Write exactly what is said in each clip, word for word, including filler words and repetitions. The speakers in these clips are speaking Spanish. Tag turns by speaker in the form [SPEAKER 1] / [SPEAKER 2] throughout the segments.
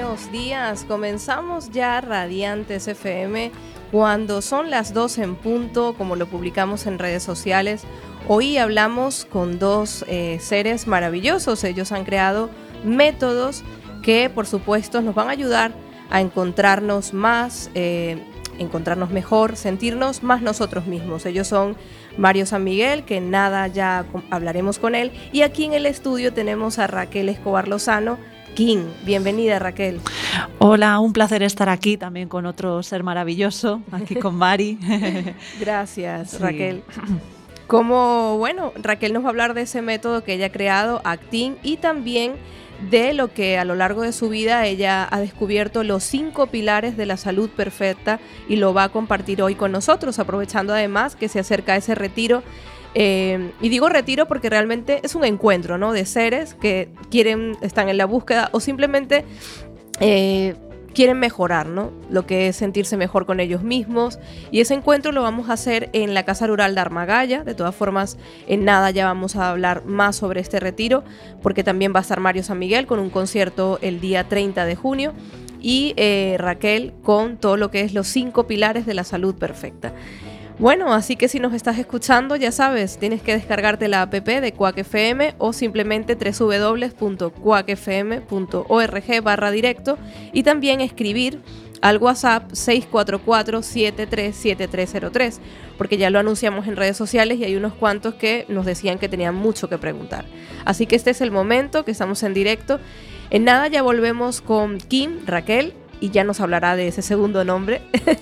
[SPEAKER 1] buenos días. Comenzamos ya Radiantes F M cuando son las doce en punto, como lo publicamos en redes sociales. Hoy hablamos con dos eh, seres maravillosos. Ellos han creado métodos que, por supuesto, nos van a ayudar a encontrarnos más, eh, encontrarnos mejor, sentirnos más nosotros mismos. Ellos son Mario San Miguel, que nada ya hablaremos con él. Y aquí en el estudio tenemos a Raquel Escobar Lozano, King. Bienvenida, Raquel.
[SPEAKER 2] Hola, un placer estar aquí también con otro ser maravilloso, aquí con Mari.
[SPEAKER 1] Gracias,
[SPEAKER 2] sí.
[SPEAKER 1] Raquel. Como, bueno, Raquel nos va a hablar de ese método que ella ha creado, Actin, y también de lo que a lo largo de su vida ella ha descubierto los cinco pilares de la salud perfecta y lo va a compartir hoy con nosotros, aprovechando además que se acerca ese retiro. Eh, y digo retiro porque realmente es un encuentro, ¿no?, de seres que quieren, están en la búsqueda o simplemente eh, quieren mejorar, ¿no?, lo que es sentirse mejor con ellos mismos. Y ese encuentro lo vamos a hacer en la Casa Rural de Armagalla. De todas formas, en nada ya vamos a hablar más sobre este retiro, porque también va a estar Mario San Miguel con un concierto el día treinta de junio y eh, Raquel con todo lo que es los cinco pilares de la salud perfecta. Bueno, así que si nos estás escuchando, ya sabes, tienes que descargarte la app de Quack F M o simplemente doble u doble u doble u punto quack f m punto org barra directo y también escribir al WhatsApp seis cuatro cuatro, siete tres siete tres cero tres, porque ya lo anunciamos en redes sociales y hay unos cuantos que nos decían que tenían mucho que preguntar. Así que este es el momento, que estamos en directo. En nada ya volvemos con Kim, Raquel, y ya nos hablará de ese segundo nombre.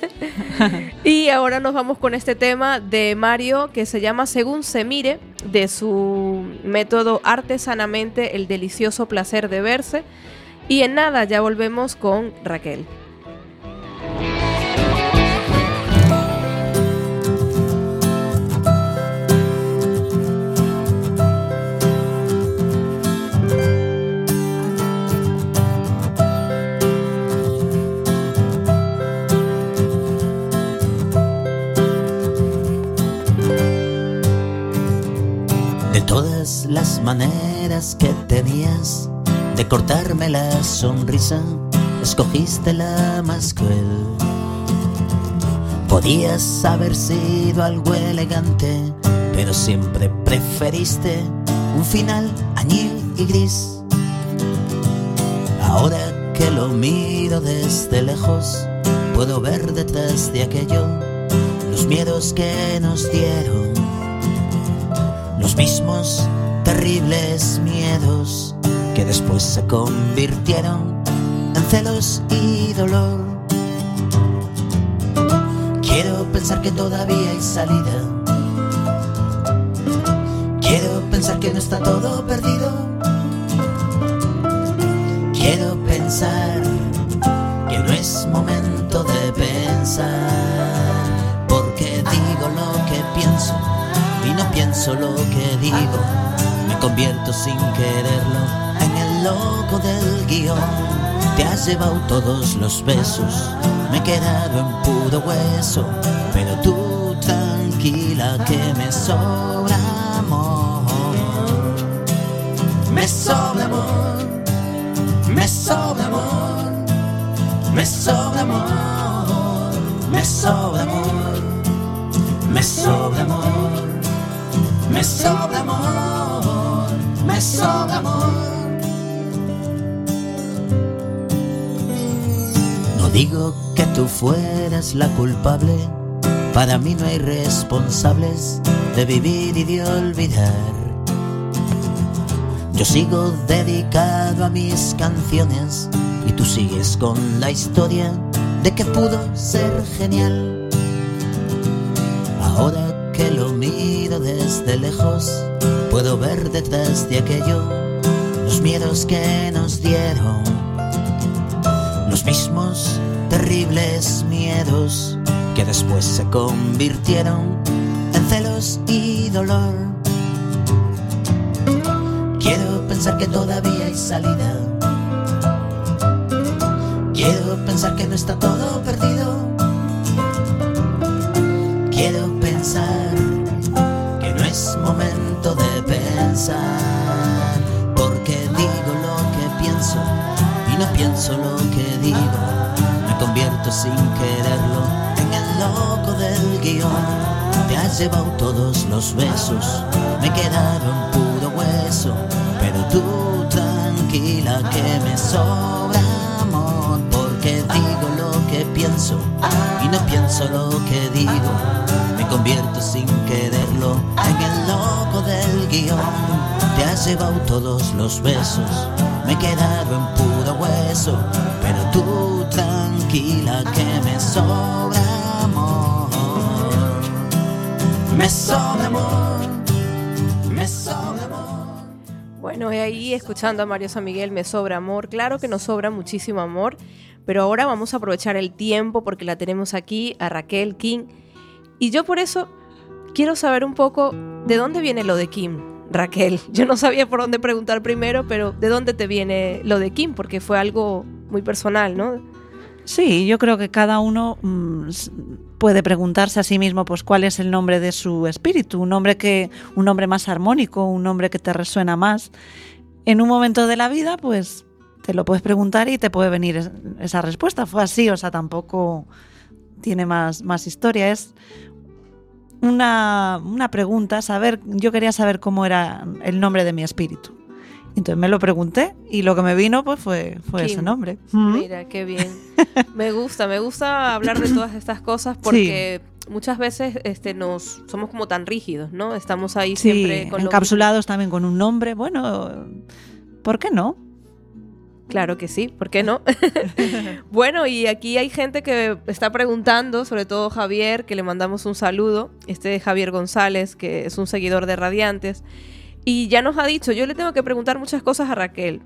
[SPEAKER 1] Y ahora nos vamos con este tema de Mario, que se llama Según se mire, de su método Artesanamente el delicioso placer de verse. Y en nada ya volvemos con Raquel.
[SPEAKER 3] Todas las maneras que tenías de cortarme la sonrisa, escogiste la más cruel. Podías haber sido algo elegante, pero siempre preferiste un final añil y gris. Ahora que lo miro desde lejos, puedo ver detrás de aquello los miedos que nos dieron, los mismos terribles miedos que después se convirtieron en celos y dolor. Quiero pensar que todavía hay salida, quiero pensar que no está todo perdido, quiero pensar que no es momento de pensar, porque digo lo que pienso y no pienso lo que digo. Me convierto sin quererlo en el loco del guión. Te has llevado todos los besos, me he quedado en puro hueso, pero tú tranquila que me sobra amor. Me sobra amor, me sobra amor, me sobra amor, me sobra amor, me sobra amor. Me sobra amor, me sobra amor. No digo que tú fueras la culpable, para mí no hay responsables de vivir y de olvidar. Yo sigo dedicado a mis canciones y tú sigues con la historia de que pudo ser genial. Ahora que lo miro desde lejos, puedo ver detrás de aquello los miedos que nos dieron, los mismos terribles miedos que después se convirtieron en celos y dolor. Quiero pensar que todavía hay salida, quiero pensar que no está todo perdido, quiero pensar que no es momento de pensar, porque digo lo que pienso y no pienso pienso lo que digo, me convierto sin quererlo en el loco del guión. Te has llevado todos los besos, me quedaron puro hueso, pero tú tranquila que me sobra amor, porque digo lo que pienso y no pienso lo que digo, me convierto sin quererlo en el loco del guión. Te has llevado todos los besos, me quedaron puro hueso, pero tú tranquila que me sobra amor. Me sobra amor, me sobra amor.
[SPEAKER 1] Bueno, y ahí escuchando a Mario San Miguel, Me sobra amor. Claro que nos sobra muchísimo amor, pero ahora vamos a aprovechar el tiempo porque la tenemos aquí, a Raquel King. Y yo por eso quiero saber un poco de dónde viene lo de Kim, Raquel. Yo no sabía por dónde preguntar primero, pero ¿de dónde te viene lo de Kim? Porque fue algo muy personal, ¿no?
[SPEAKER 2] Sí, yo creo que cada uno mmm, puede preguntarse a sí mismo pues cuál es el nombre de su espíritu, un nombre que, un nombre más armónico, un nombre que te resuena más. En un momento de la vida, pues te lo puedes preguntar y te puede venir esa respuesta. Fue así, o sea, tampoco tiene más, más historia. Es una, una pregunta, saber, yo quería saber cómo era el nombre de mi espíritu. Entonces me lo pregunté y lo que me vino pues fue, fue ese nombre.
[SPEAKER 1] Mira, qué bien. Me gusta, me gusta hablar de todas estas cosas porque sí, muchas veces este, nos somos como tan rígidos, ¿no? Estamos ahí
[SPEAKER 2] sí,
[SPEAKER 1] siempre con
[SPEAKER 2] encapsulados también con un nombre. Bueno, ¿por qué no?
[SPEAKER 1] Claro que sí, ¿por qué no? Bueno, y aquí hay gente que está preguntando, sobre todo Javier, que le mandamos un saludo. Este es Javier González, que es un seguidor de Radiantes. Y ya nos ha dicho, yo le tengo que preguntar muchas cosas a Raquel,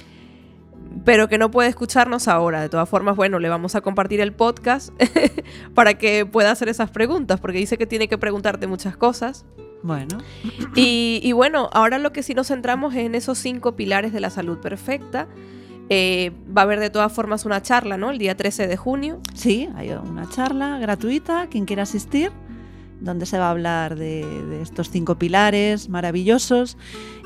[SPEAKER 1] pero que no puede escucharnos ahora. De todas formas, bueno, le vamos a compartir el podcast para que pueda hacer esas preguntas, porque dice que tiene que preguntarte muchas cosas.
[SPEAKER 2] Bueno.
[SPEAKER 1] Y, y bueno, ahora lo que sí nos centramos es en esos cinco pilares de la salud perfecta. Eh, va a haber de todas formas una charla, ¿no? El día trece de junio.
[SPEAKER 2] Sí, hay una charla gratuita, quien quiera asistir, donde se va a hablar de, de estos cinco pilares maravillosos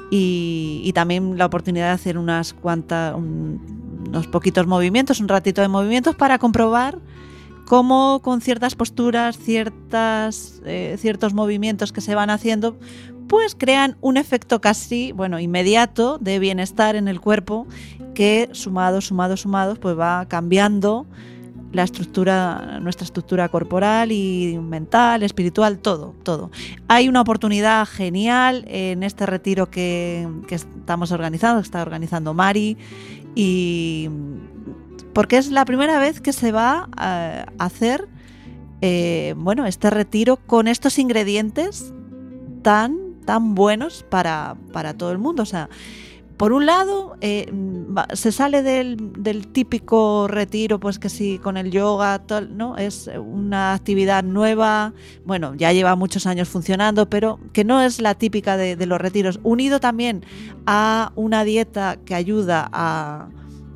[SPEAKER 2] y, y también la oportunidad de hacer unas cuantas, un, unos poquitos movimientos, un ratito de movimientos para comprobar cómo con ciertas posturas, ciertas, eh, ciertos movimientos que se van haciendo, pues crean un efecto casi, bueno, inmediato de bienestar en el cuerpo que sumado, sumado, sumado, pues va cambiando la estructura, nuestra estructura corporal y mental, espiritual, todo, todo. Hay una oportunidad genial en este retiro que, que estamos organizando, que está organizando Mari, y porque es la primera vez que se va a hacer eh, bueno, este retiro con estos ingredientes tan, tan buenos para, para todo el mundo. O sea, por un lado, eh, se sale del, del típico retiro, pues que sí, con el yoga, tal, ¿no? Es una actividad nueva, bueno, ya lleva muchos años funcionando, pero que no es la típica de, de los retiros, unido también a una dieta que ayuda a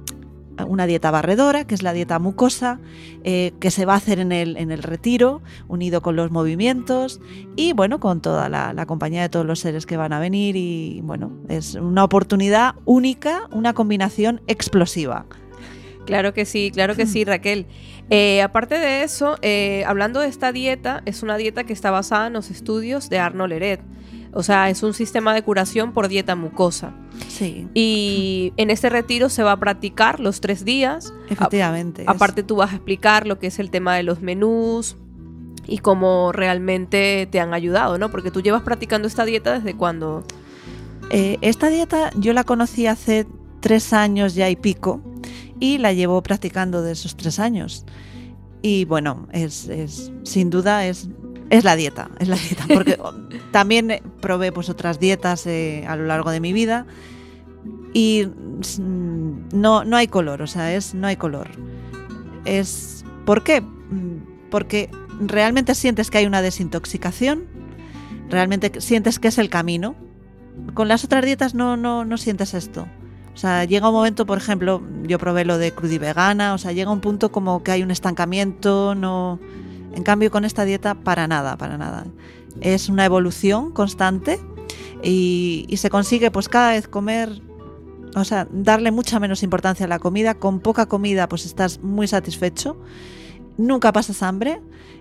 [SPEAKER 2] una dieta barredora, que es la dieta mucosa, eh, que se va a hacer en el, en el retiro, unido con los movimientos y bueno, con toda la, la compañía de todos los seres que van a venir. Y bueno, es una oportunidad única, una combinación explosiva.
[SPEAKER 1] Claro que sí, claro que sí, Raquel. Eh, aparte de eso, eh, hablando de esta dieta, es una dieta que está basada en los estudios de Arnold Ehret. O sea, es un sistema de curación por dieta mucosa.
[SPEAKER 2] Sí.
[SPEAKER 1] Y en este retiro se va a practicar los tres días.
[SPEAKER 2] Efectivamente.
[SPEAKER 1] A- aparte tú vas a explicar lo que es el tema de los menús y cómo realmente te han ayudado, ¿no? Porque tú llevas practicando esta dieta ¿desde cuándo?
[SPEAKER 2] Eh, esta dieta yo la conocí hace tres años ya y pico y la llevo practicando de esos tres años. Y bueno, es, es sin duda es... Es la dieta, es la dieta, porque también probé pues otras dietas eh, a lo largo de mi vida y no, no hay color, o sea, es, no hay color. Es, ¿por qué? Porque realmente sientes que hay una desintoxicación, realmente sientes que es el camino. Con las otras dietas no, no, no sientes esto. O sea, llega un momento, por ejemplo, yo probé lo de crudivegana, o sea, llega un punto como que hay un estancamiento, no... En cambio, con esta dieta, para nada, para nada. Es una evolución constante y, y se consigue pues cada vez comer o sea, darle mucha menos importancia a la comida. Con poca comida pues estás muy satisfecho, nunca pasas hambre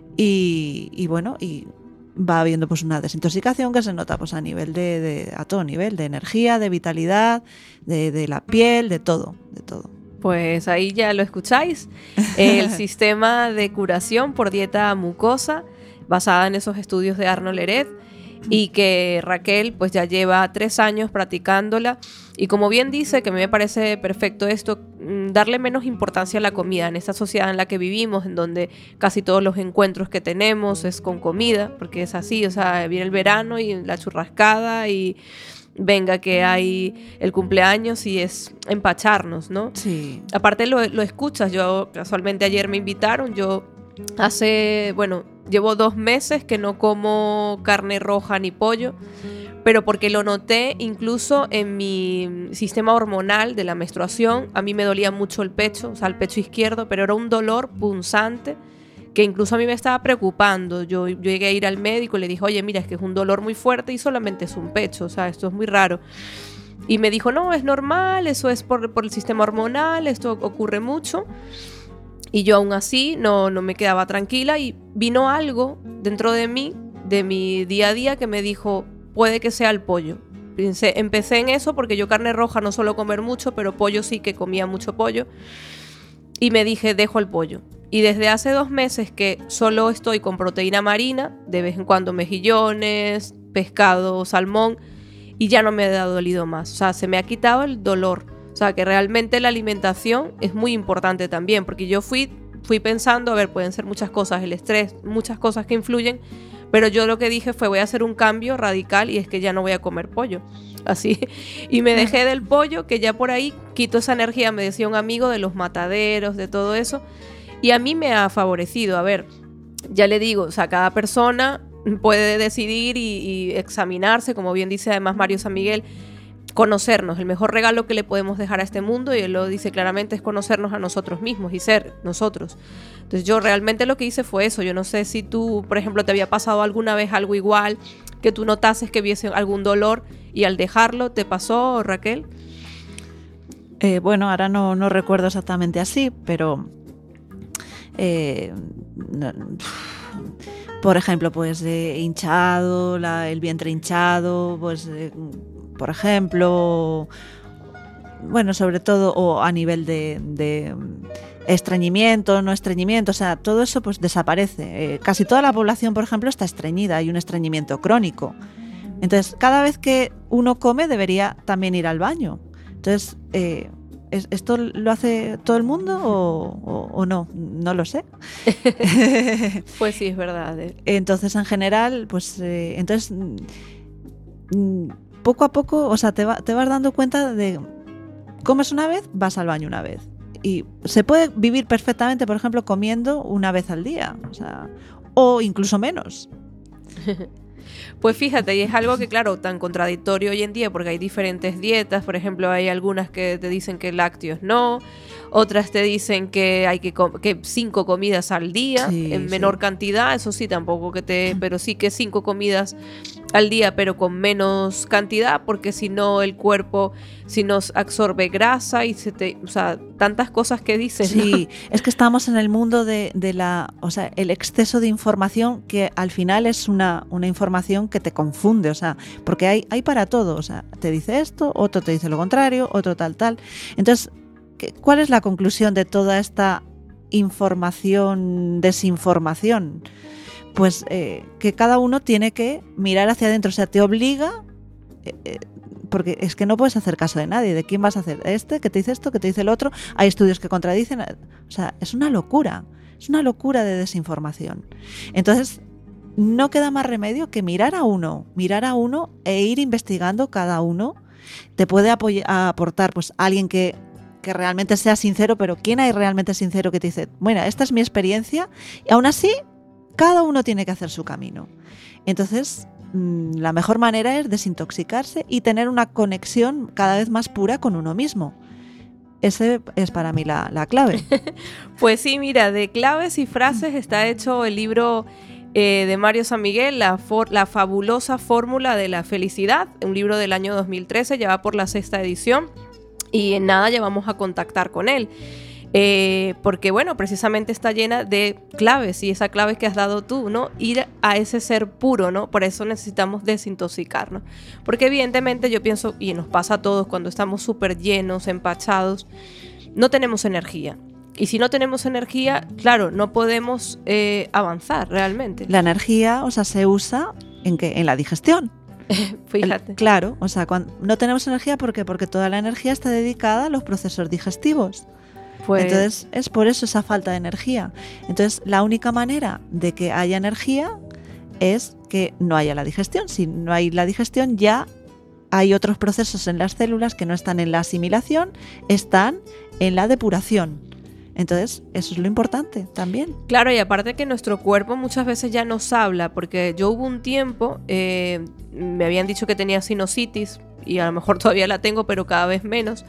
[SPEAKER 2] y, y bueno, y va habiendo pues una desintoxicación que se nota pues a nivel de, de a todo nivel, de energía, de vitalidad, de, de la piel, de todo, de todo.
[SPEAKER 1] Pues ahí ya lo escucháis, el sistema de curación por dieta mucosa, basada en esos estudios de Arnold Ehret, y que Raquel pues ya lleva tres años practicándola. Y como bien dice, que a mí me parece perfecto esto, darle menos importancia a la comida en esta sociedad en la que vivimos, en donde casi todos los encuentros que tenemos es con comida, porque es así, o sea, viene el verano y la churrascada y venga que hay el cumpleaños y es empacharnos, ¿no?
[SPEAKER 2] Sí.
[SPEAKER 1] Aparte lo, lo escuchas, yo casualmente ayer me invitaron, yo hace, bueno, llevo dos meses que no como carne roja ni pollo, pero porque lo noté incluso en mi sistema hormonal de la menstruación. A mí me dolía mucho el pecho, o sea, el pecho izquierdo, pero era un dolor punzante que incluso a mí me estaba preocupando. Yo, yo llegué a ir al médico y le dije, oye, mira, es que es un dolor muy fuerte y solamente es un pecho, o sea, esto es muy raro. Y me dijo, no, es normal, eso es por, por el sistema hormonal, esto ocurre mucho. Y yo aún así no, no me quedaba tranquila y vino algo dentro de mí, de mi día a día, que me dijo, puede que sea el pollo. Pensé, empecé en eso porque yo carne roja no suelo comer mucho, pero pollo sí que comía mucho pollo. Y me dije, dejo el pollo. Y desde hace dos meses que solo estoy con proteína marina, de vez en cuando mejillones, pescado, salmón, y ya no me ha dolido más. O sea, se me ha quitado el dolor. O sea, que realmente la alimentación es muy importante también, porque yo fui, fui pensando, a ver, pueden ser muchas cosas, el estrés, muchas cosas que influyen, pero yo lo que dije fue, voy a hacer un cambio radical y es que ya no voy a comer pollo, así. Y me dejé del pollo, que ya por ahí quito esa energía, me decía un amigo, de los mataderos, de todo eso, y a mí me ha favorecido. A ver, ya le digo, o sea, cada persona puede decidir y, y examinarse, como bien dice además Mario San Miguel, conocernos. El mejor regalo que le podemos dejar a este mundo, y él lo dice claramente, es conocernos a nosotros mismos y ser nosotros. Entonces yo realmente lo que hice fue eso. Yo no sé si tú, por ejemplo, te había pasado alguna vez algo igual, que tú notases que hubiese algún dolor y al dejarlo te pasó, Raquel.
[SPEAKER 2] Eh, bueno, ahora no, no recuerdo exactamente así, pero eh, no, por ejemplo, pues eh, hinchado, la, el vientre hinchado, pues eh, por ejemplo, bueno, sobre todo, o a nivel de, de estreñimiento, no estreñimiento, o sea, todo eso pues desaparece. Eh, casi toda la población, por ejemplo, está estreñida, hay un estreñimiento crónico. Entonces, cada vez que uno come debería también ir al baño. Entonces, eh, ¿esto lo hace todo el mundo o, o, o no? No lo sé.
[SPEAKER 1] Pues sí, es verdad. Eh.
[SPEAKER 2] Entonces, en general, pues, eh, entonces... Mm, poco a poco, o sea, te, va, te vas dando cuenta de comes una vez, vas al baño una vez. Y se puede vivir perfectamente, por ejemplo, comiendo una vez al día, o sea, o incluso menos.
[SPEAKER 1] Pues fíjate, y es algo que, claro, tan contradictorio hoy en día, porque hay diferentes dietas. Por ejemplo, hay algunas que te dicen que lácteos no, otras te dicen que hay que, com- que cinco comidas al día,
[SPEAKER 2] sí,
[SPEAKER 1] en menor
[SPEAKER 2] sí.
[SPEAKER 1] cantidad, eso sí, tampoco que te... pero sí que cinco comidas al día, pero con menos cantidad, porque si no el cuerpo, si nos absorbe grasa y se te... O sea, tantas cosas que dicen.
[SPEAKER 2] Sí,
[SPEAKER 1] ¿no?
[SPEAKER 2] Es que estamos en el mundo de, de la... O sea, el exceso de información, que al final es una, una información que te confunde, o sea, porque hay, hay para todo, o sea, te dice esto, otro te dice lo contrario, otro tal, tal. Entonces, ¿cuál es la conclusión de toda esta información, desinformación? Pues eh, que cada uno tiene que mirar hacia adentro, o sea, te obliga, eh, eh, porque es que no puedes hacer caso de nadie. ¿De quién vas a hacer? Este, que te dice esto, que te dice el otro. Hay estudios que contradicen, o sea, es una locura, es una locura de desinformación. Entonces, no queda más remedio que mirar a uno, mirar a uno e ir investigando cada uno. Te puede apoy- aportar pues alguien que, que realmente sea sincero, pero ¿quién hay realmente sincero que te dice, bueno, esta es mi experiencia, y aún así cada uno tiene que hacer su camino? Entonces, mmm, la mejor manera es desintoxicarse y tener una conexión cada vez más pura con uno mismo. Ese es para mí la, la clave.
[SPEAKER 1] Pues sí, mira, de claves y frases está hecho el libro eh, de Mario San Miguel, la, for- la fabulosa fórmula de la felicidad, un libro del año dos mil trece, ya va por la sexta edición. y en nada ya vamos a contactar con él. Eh, porque bueno, precisamente está llena de claves, y esa clave que has dado tú, ¿no? Ir a ese ser puro, ¿no? Por eso necesitamos desintoxicarnos, porque evidentemente yo pienso, y nos pasa a todos cuando estamos súper llenos, empachados, no tenemos energía, y si no tenemos energía, claro, no podemos eh, avanzar realmente.
[SPEAKER 2] La energía, o sea, se usa en qué, en la digestión.
[SPEAKER 1] Fíjate.
[SPEAKER 2] El, claro, o sea, cuando no tenemos energía, ¿por qué? Porque toda la energía está dedicada a los procesos digestivos. Pues... Entonces es por eso esa falta de energía. Entonces la única manera de que haya energía es que no haya la digestión. Si no hay la digestión, ya hay otros procesos en las células que no están en la asimilación, están en la depuración. Entonces eso es lo importante también.
[SPEAKER 1] Claro, y aparte que nuestro cuerpo muchas veces ya nos habla, porque yo hubo un tiempo, eh, me habían dicho que tenía sinusitis, y a lo mejor todavía la tengo, pero cada vez menos.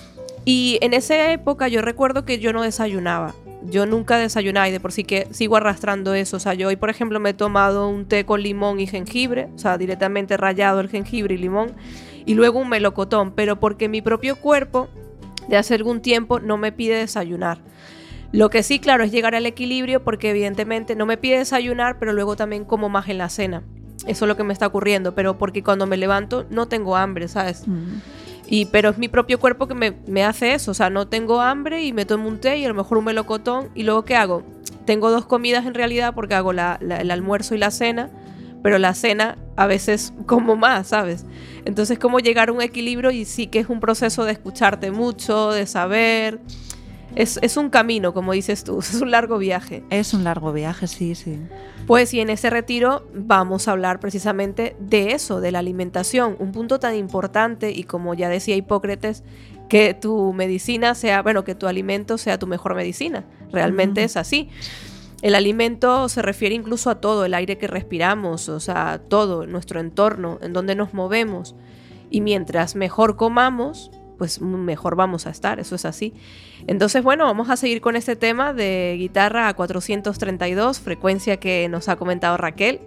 [SPEAKER 1] Y en esa época yo recuerdo que yo no desayunaba. Yo nunca desayunaba, y de por sí que sigo arrastrando eso. O sea, yo hoy, por ejemplo, me he tomado un té con limón y jengibre, o sea, directamente rallado el jengibre y limón, y luego un melocotón, pero porque mi propio cuerpo de hace algún tiempo no me pide desayunar. Lo que sí, claro, es llegar al equilibrio, porque evidentemente no me pide desayunar, pero luego también como más en la cena. Eso es lo que me está ocurriendo, pero porque cuando me levanto no tengo hambre, ¿sabes? Mm. Y, pero es mi propio cuerpo que me, me hace eso, o sea, no tengo hambre y me tomo un té y a lo mejor un melocotón, y luego ¿qué hago? Tengo dos comidas en realidad, porque hago la, la, el almuerzo y la cena, pero la cena a veces como más, ¿sabes? Entonces, ¿cómo llegar a un equilibrio? Y sí que es un proceso de escucharte mucho, de saber... Es, es un camino, como dices tú, es un largo viaje.
[SPEAKER 2] Es un largo viaje, sí, sí.
[SPEAKER 1] Pues y en ese retiro vamos a hablar precisamente de eso, de la alimentación, un punto tan importante, y como ya decía Hipócrates, que tu medicina sea, bueno, que tu alimento sea tu mejor medicina. Realmente uh-huh. es así. El alimento se refiere incluso a todo, el aire que respiramos, o sea, todo, nuestro entorno, en donde nos movemos. Y mientras mejor comamos, pues mejor vamos a estar, eso es así. Entonces, bueno, vamos a seguir con este tema de guitarra a cuatrocientos treinta y dos, frecuencia que nos ha comentado Raquel.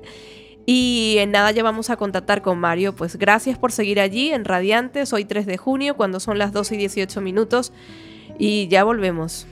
[SPEAKER 1] Y en nada ya vamos a contactar con Mario. Pues gracias por seguir allí en Radiantes, hoy tres de junio, cuando son las doce y dieciocho minutos. Y ya volvemos.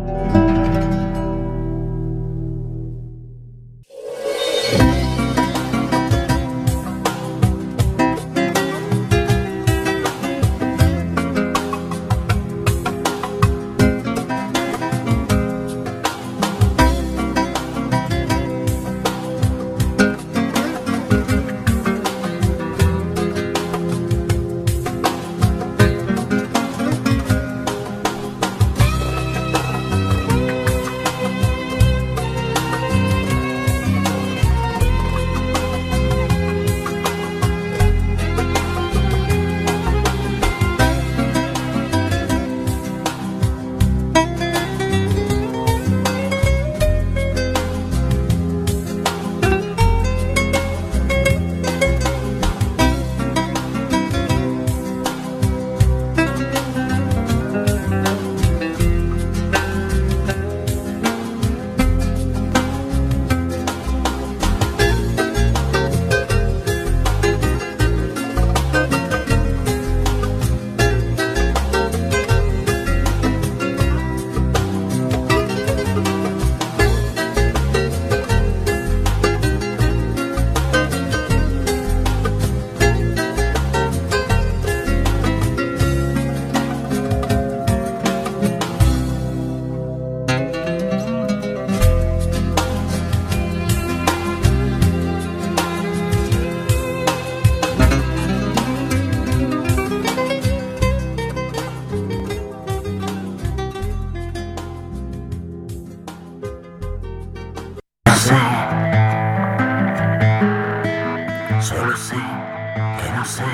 [SPEAKER 3] Solo sé que no sé.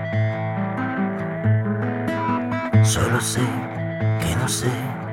[SPEAKER 3] Solo sé que no sé.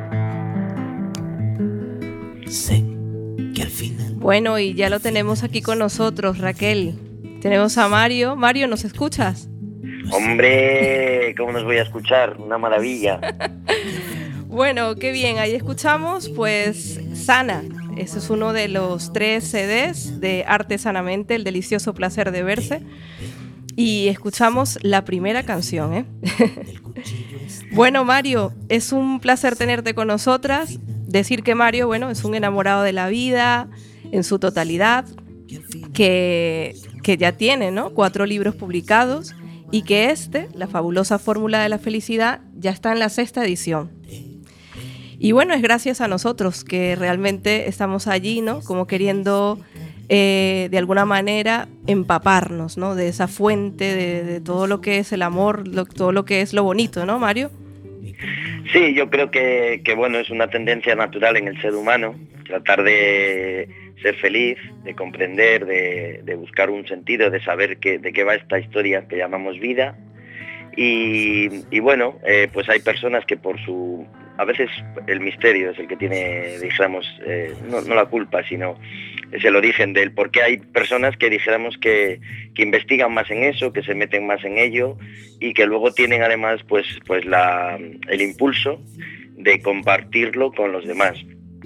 [SPEAKER 3] Sé que al final.
[SPEAKER 1] Bueno, y ya lo tenemos aquí con nosotros, Raquel. Tenemos a Mario. Mario, ¿nos escuchas?
[SPEAKER 4] Hombre, ¿cómo nos voy a escuchar? Una maravilla.
[SPEAKER 1] Bueno, qué bien. Ahí escuchamos, pues, Sana. Ese es uno de los tres C Ds de Arte Sanamente, el delicioso placer de verse. Y escuchamos la primera canción, ¿eh? Bueno, Mario, es un placer tenerte con nosotras. Decir que Mario, bueno, es un enamorado de la vida en su totalidad, que, que ya tiene, ¿no?, cuatro libros publicados y que este, La fabulosa fórmula de la felicidad, ya está en la sexta edición. Y bueno, es gracias a nosotros que realmente estamos allí, ¿no?, como queriendo eh, de alguna manera empaparnos, ¿no?, de esa fuente, de, de todo lo que es el amor, lo, todo lo que es lo bonito, ¿no, Mario?
[SPEAKER 4] Sí, yo creo que, que bueno, es una tendencia natural en el ser humano, tratar de ser feliz, de comprender, de, de buscar un sentido, de saber que, de qué va esta historia que llamamos vida. Y, y bueno, eh, pues hay personas que por su... A veces el misterio es el que tiene, dijéramos, eh, no, no la culpa, sino es el origen del por qué hay personas que dijéramos que, que investigan más en eso, que se meten más en ello y que luego tienen además pues, pues la, el impulso de compartirlo con los demás.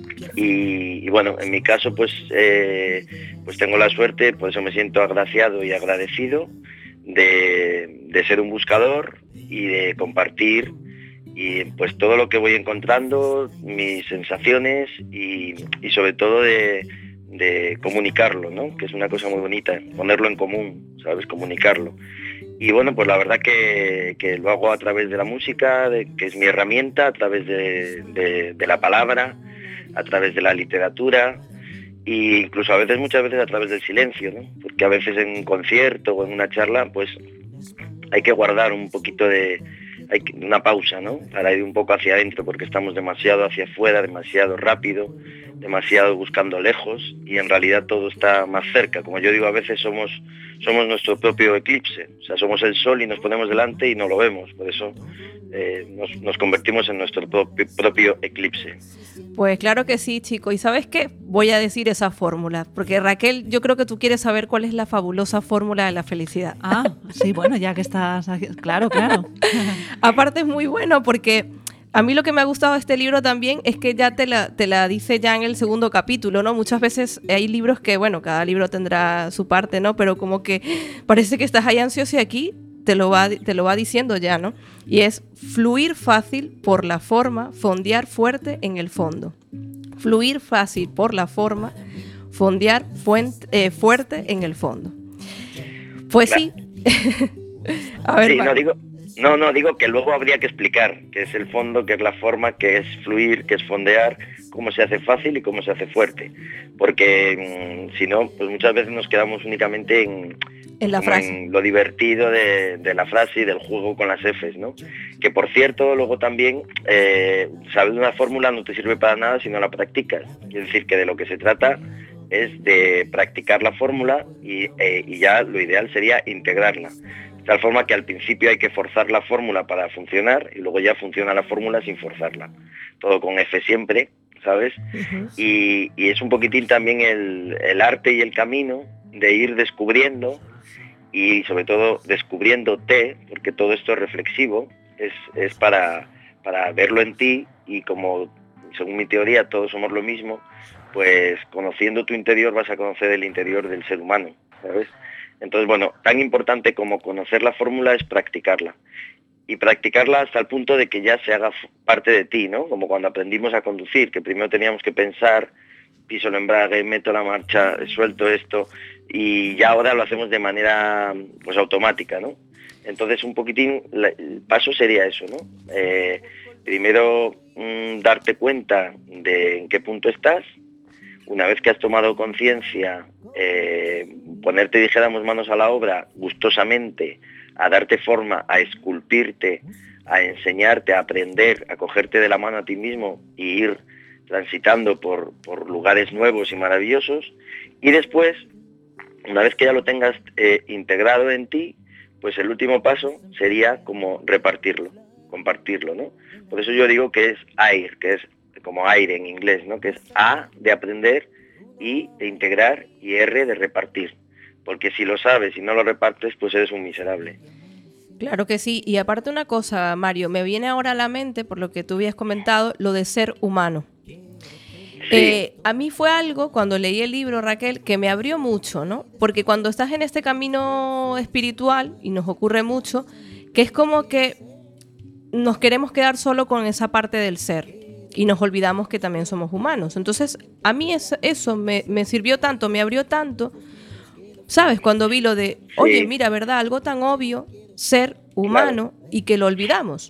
[SPEAKER 4] Y, y bueno, en mi caso pues, eh, pues tengo la suerte, por eso me siento agraciado y agradecido de, de ser un buscador y de compartir y pues todo lo que voy encontrando, mis sensaciones y, y sobre todo de, de comunicarlo, ¿no?, que es una cosa muy bonita, ponerlo en común, ¿sabes?, comunicarlo. Y bueno, pues la verdad que, que lo hago a través de la música, de, que es mi herramienta, a través de, de, de la palabra, a través de la literatura e incluso a veces, muchas veces a través del silencio, ¿no?, porque a veces en un concierto o en una charla pues hay que guardar un poquito de... hay una pausa, ¿no?, para ir un poco hacia adentro, porque estamos demasiado hacia afuera, demasiado rápido, demasiado buscando lejos, y en realidad todo está más cerca. Como yo digo, a veces somos, somos nuestro propio eclipse, o sea, somos el sol y nos ponemos delante y no lo vemos, por eso eh, nos, nos convertimos en nuestro propio, propio eclipse.
[SPEAKER 1] Pues claro que sí, chico. ¿Y sabes qué? Voy a decir esa fórmula, porque Raquel, yo creo que tú quieres saber cuál es la fabulosa fórmula de la felicidad.
[SPEAKER 2] Ah, sí, bueno, ya que estás aquí, claro, claro.
[SPEAKER 1] Aparte es muy bueno porque a mí lo que me ha gustado de este libro también es que ya te la, te la dice ya en el segundo capítulo, ¿no? Muchas veces hay libros que, bueno, cada libro tendrá su parte, ¿no? Pero como que parece que estás ahí ansioso y aquí te lo va, te lo va diciendo ya, ¿no? Y es fluir fácil por la forma, fondear fuerte en el fondo. Fluir fácil por la forma, fondear fuente, eh, fuerte en el fondo. Pues sí. A ver,
[SPEAKER 4] sí, no digo... No, no, digo que luego habría que explicar qué es el fondo, qué es la forma, qué es fluir, qué es fondear, cómo se hace fácil y cómo se hace fuerte. Porque mmm, si no, pues muchas veces nos quedamos únicamente en,
[SPEAKER 1] en, la frase.
[SPEAKER 4] en lo divertido de, de la frase y del juego con las Fs, ¿no? Que por cierto, luego también, eh, saber una fórmula no te sirve para nada si no la practicas. Quiere decir que de lo que se trata es de practicar la fórmula y, eh, y ya lo ideal sería integrarla. De tal forma que al principio hay que forzar la fórmula para funcionar y luego ya funciona la fórmula sin forzarla. Todo con F siempre, ¿sabes? Uh-huh. Y, y es un poquitín también el, el arte y el camino de ir descubriendo y sobre todo descubriéndote, porque todo esto es reflexivo, es, es para, para verlo en ti y como según mi teoría todos somos lo mismo, pues conociendo tu interior vas a conocer el interior del ser humano, ¿sabes? Entonces, bueno, tan importante como conocer la fórmula es practicarla. Y practicarla hasta el punto de que ya se haga parte de ti, ¿no? Como cuando aprendimos a conducir, que primero teníamos que pensar, piso el embrague, meto la marcha, suelto esto, y ya ahora lo hacemos de manera pues automática, ¿no? Entonces, un poquitín, el paso sería eso, ¿no? Eh, primero, mmm, darte cuenta de en qué punto estás. Una vez que has tomado conciencia, eh, ponerte, dijéramos, manos a la obra gustosamente, a darte forma, a esculpirte, a enseñarte, a aprender, a cogerte de la mano a ti mismo y ir transitando por, por lugares nuevos y maravillosos. Y después, una vez que ya lo tengas eh, integrado en ti, pues el último paso sería como repartirlo, compartirlo, ¿no? Por eso yo digo que es air, que es como aire en inglés, ¿no? Que es A de aprender, I de integrar y R de repartir. Porque si lo sabes y no lo repartes, pues eres un miserable.
[SPEAKER 1] Claro que sí. Y aparte una cosa, Mario, me viene ahora a la mente, por lo que tú habías comentado, lo de ser humano. Sí. Eh, a mí fue algo, cuando leí el libro, Raquel, que me abrió mucho, ¿no? Porque cuando estás en este camino espiritual, y nos ocurre mucho, que es como que nos queremos quedar solo con esa parte del ser y nos olvidamos que también somos humanos. Entonces, a mí es, eso me, me sirvió tanto, me abrió tanto, ¿sabes? Cuando vi lo de, oye,
[SPEAKER 4] Sí.
[SPEAKER 1] mira, ¿verdad? Algo tan obvio, ser humano, claro, y que lo olvidamos.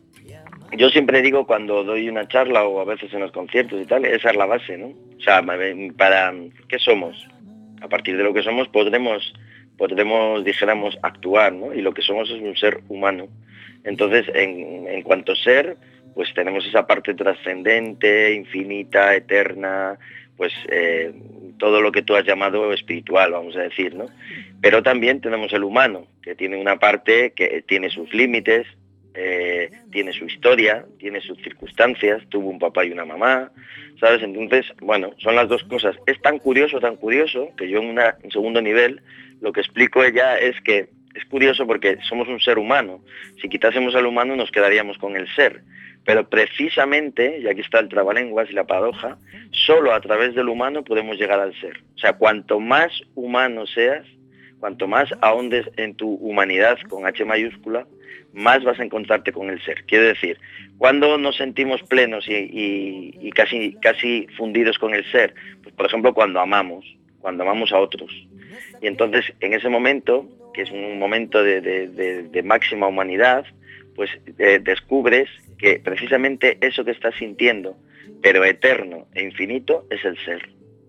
[SPEAKER 4] Yo siempre digo cuando doy una charla o a veces en los conciertos y tal, esa es la base, ¿no? O sea, para ¿qué somos? A partir de lo que somos podremos, podremos, dijéramos, actuar, ¿no? Y lo que somos es un ser humano. Entonces, en, en cuanto a ser, pues tenemos esa parte trascendente, infinita, eterna, pues eh, todo lo que tú has llamado espiritual, vamos a decir, ¿no? Pero también tenemos el humano, que tiene una parte que tiene sus límites, eh, tiene su historia, tiene sus circunstancias, tuvo un papá y una mamá, ¿sabes? Entonces, bueno, son las dos cosas. Es tan curioso, tan curioso, que yo en una, en segundo nivel lo que explico ella es que es curioso porque somos un ser humano. Si quitásemos al humano nos quedaríamos con el ser. Pero precisamente, y aquí está el trabalenguas y la paradoja, solo a través del humano podemos llegar al ser. O sea, cuanto más humano seas, cuanto más ahondes en tu humanidad con H mayúscula, más vas a encontrarte con el ser. Quiero decir, cuando nos sentimos plenos y, y, y casi, casi fundidos con el ser, pues por ejemplo cuando amamos, cuando amamos a otros. Y entonces en ese momento, que es un momento de, de, de, de máxima humanidad, pues eh, descubres que precisamente eso que estás sintiendo, pero eterno e infinito, es el ser.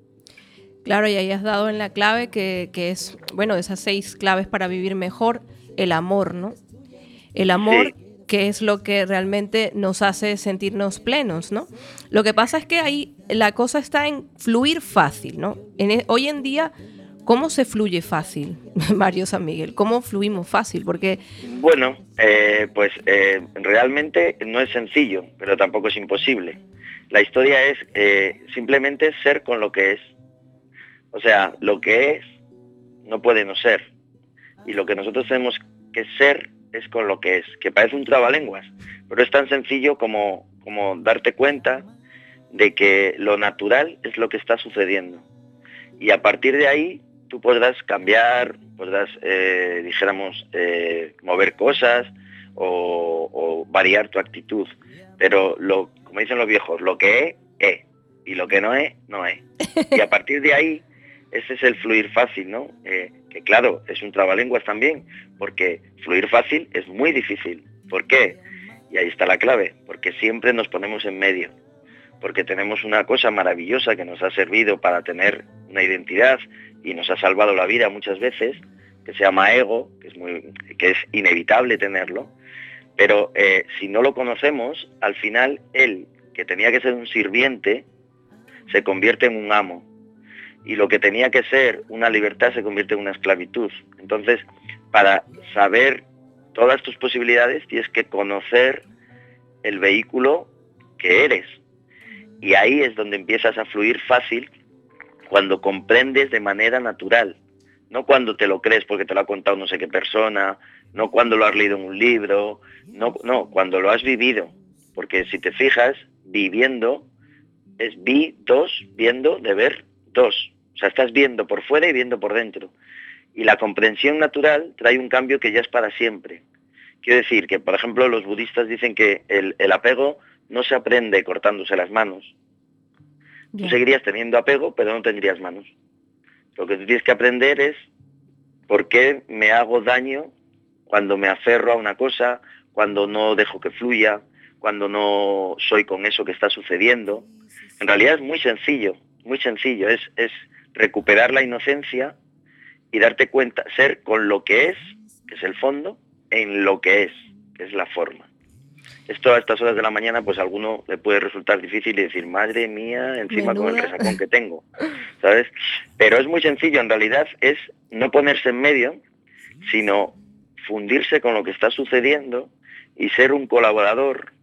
[SPEAKER 1] Claro, y ahí has dado en la clave que, que es, bueno, esas seis claves para vivir mejor, el amor, ¿no? El amor, sí, que es lo que realmente nos hace sentirnos plenos, ¿no? Lo que pasa es que ahí la cosa está en fluir fácil, ¿no? En, hoy en día, ¿cómo se fluye fácil, Mario San Miguel? ¿Cómo fluimos fácil? Porque...
[SPEAKER 4] Bueno, eh, pues eh, realmente no es sencillo, pero tampoco es imposible. La historia es eh, simplemente ser con lo que es. O sea, lo que es no puede no ser. Y lo que nosotros tenemos que ser es con lo que es, que parece un trabalenguas, pero es tan sencillo como, como darte cuenta de que lo natural es lo que está sucediendo. Y a partir de ahí tú podrás cambiar, podrás, eh, dijéramos, eh, mover cosas o, o variar tu actitud. Pero, lo, como dicen los viejos, lo que es, es. Y lo que no es, no es. Y a partir de ahí, ese es el fluir fácil, ¿no? Eh, que claro, es un trabalenguas también, porque fluir fácil es muy difícil. ¿Por qué? Y ahí está la clave, porque siempre nos ponemos en medio, porque tenemos una cosa maravillosa que nos ha servido para tener una identidad y nos ha salvado la vida muchas veces, que se llama ego, que es, muy, que es inevitable tenerlo, pero eh, si no lo conocemos, al final él, que tenía que ser un sirviente, se convierte en un amo. Y lo que tenía que ser una libertad se convierte en una esclavitud. Entonces, para saber todas tus posibilidades, tienes que conocer el vehículo que eres. Y ahí es donde empiezas a fluir fácil, cuando comprendes de manera natural. No cuando te lo crees porque te lo ha contado no sé qué persona, no cuando lo has leído en un libro, no, no, cuando lo has vivido. Porque si te fijas, viviendo es vi, dos, viendo, de ver, dos. O sea, estás viendo por fuera y viendo por dentro. Y la comprensión natural trae un cambio que ya es para siempre. Quiero decir que, por ejemplo, los budistas dicen que el, el apego no se aprende cortándose las manos. Yeah. Tú seguirías teniendo apego, pero no tendrías manos. Lo que tú tienes que aprender es por qué me hago daño cuando me aferro a una cosa, cuando no dejo que fluya, cuando no soy con eso que está sucediendo. En realidad es muy sencillo, muy sencillo. Es, es recuperar la inocencia y darte cuenta, ser con lo que es, que es el fondo, en lo que es, que es la forma. Esto a estas horas de la mañana, pues a alguno le puede resultar difícil y decir, madre mía, encima Menuda. Con el resacón que tengo, ¿sabes? Pero es muy sencillo, en realidad es no ponerse en medio, sino fundirse con lo que está sucediendo y ser un colaborador,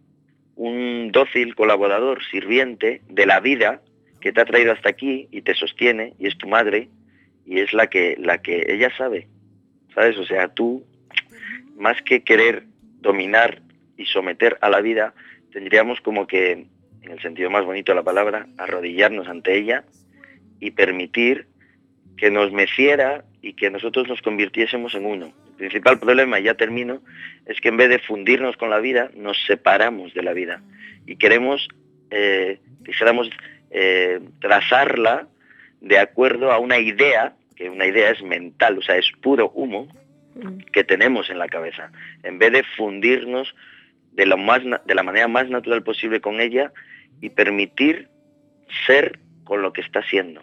[SPEAKER 4] un dócil colaborador, sirviente de la vida que te ha traído hasta aquí y te sostiene, y es tu madre, y es la que, la que ella sabe, ¿sabes? O sea, tú, más que querer dominar y someter a la vida, tendríamos como que, en el sentido más bonito de la palabra, arrodillarnos ante ella y permitir que nos meciera y que nosotros nos convirtiésemos en uno. principal problema, y ya termino, es que en vez de fundirnos con la vida, nos separamos de la vida. Y queremos, eh, quisiéramos eh, trazarla de acuerdo a una idea, que una idea es mental, o sea, es puro humo, que tenemos en la cabeza. En vez de fundirnos de, lo más, de la manera más natural posible con ella y permitir ser con lo que está siendo.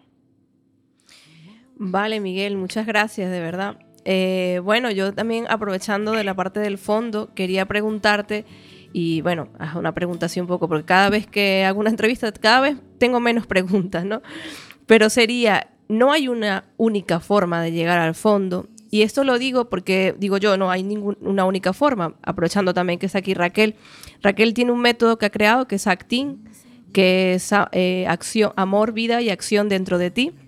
[SPEAKER 1] Vale, Miguel, muchas gracias, de verdad. Eh, bueno, yo también, aprovechando de la parte del fondo, quería preguntarte, y bueno, haz una pregunta así un poco, porque cada vez que hago una entrevista, cada vez tengo menos preguntas, ¿no? Pero sería, no hay una única forma de llegar al fondo, y esto lo digo porque, digo yo, no hay ninguna única forma, aprovechando también que está aquí Raquel. Raquel tiene un método que ha creado, que es Actin, que es eh, acción, amor, vida y acción dentro de ti.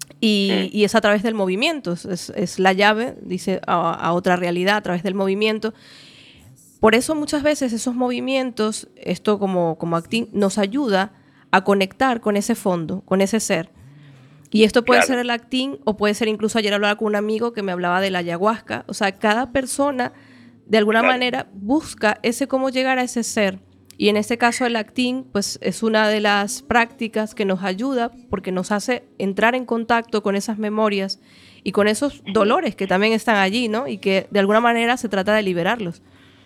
[SPEAKER 1] Y, y es a través del movimiento, es, es la llave, dice, a, a otra realidad, a través del movimiento. Por eso muchas veces esos movimientos, esto como, como Actin, nos ayuda a conectar con ese fondo, con ese ser. Y esto puede claro. ser el Actin, o puede ser incluso, ayer hablaba con un amigo que me hablaba de la ayahuasca. O sea, cada persona de alguna claro. manera busca ese cómo llegar a ese ser. Y en este caso el Actin, pues es una de las prácticas que nos ayuda porque nos hace entrar en contacto con esas memorias y con esos dolores que también están allí, ¿no? Y que de alguna manera se trata de liberarlos.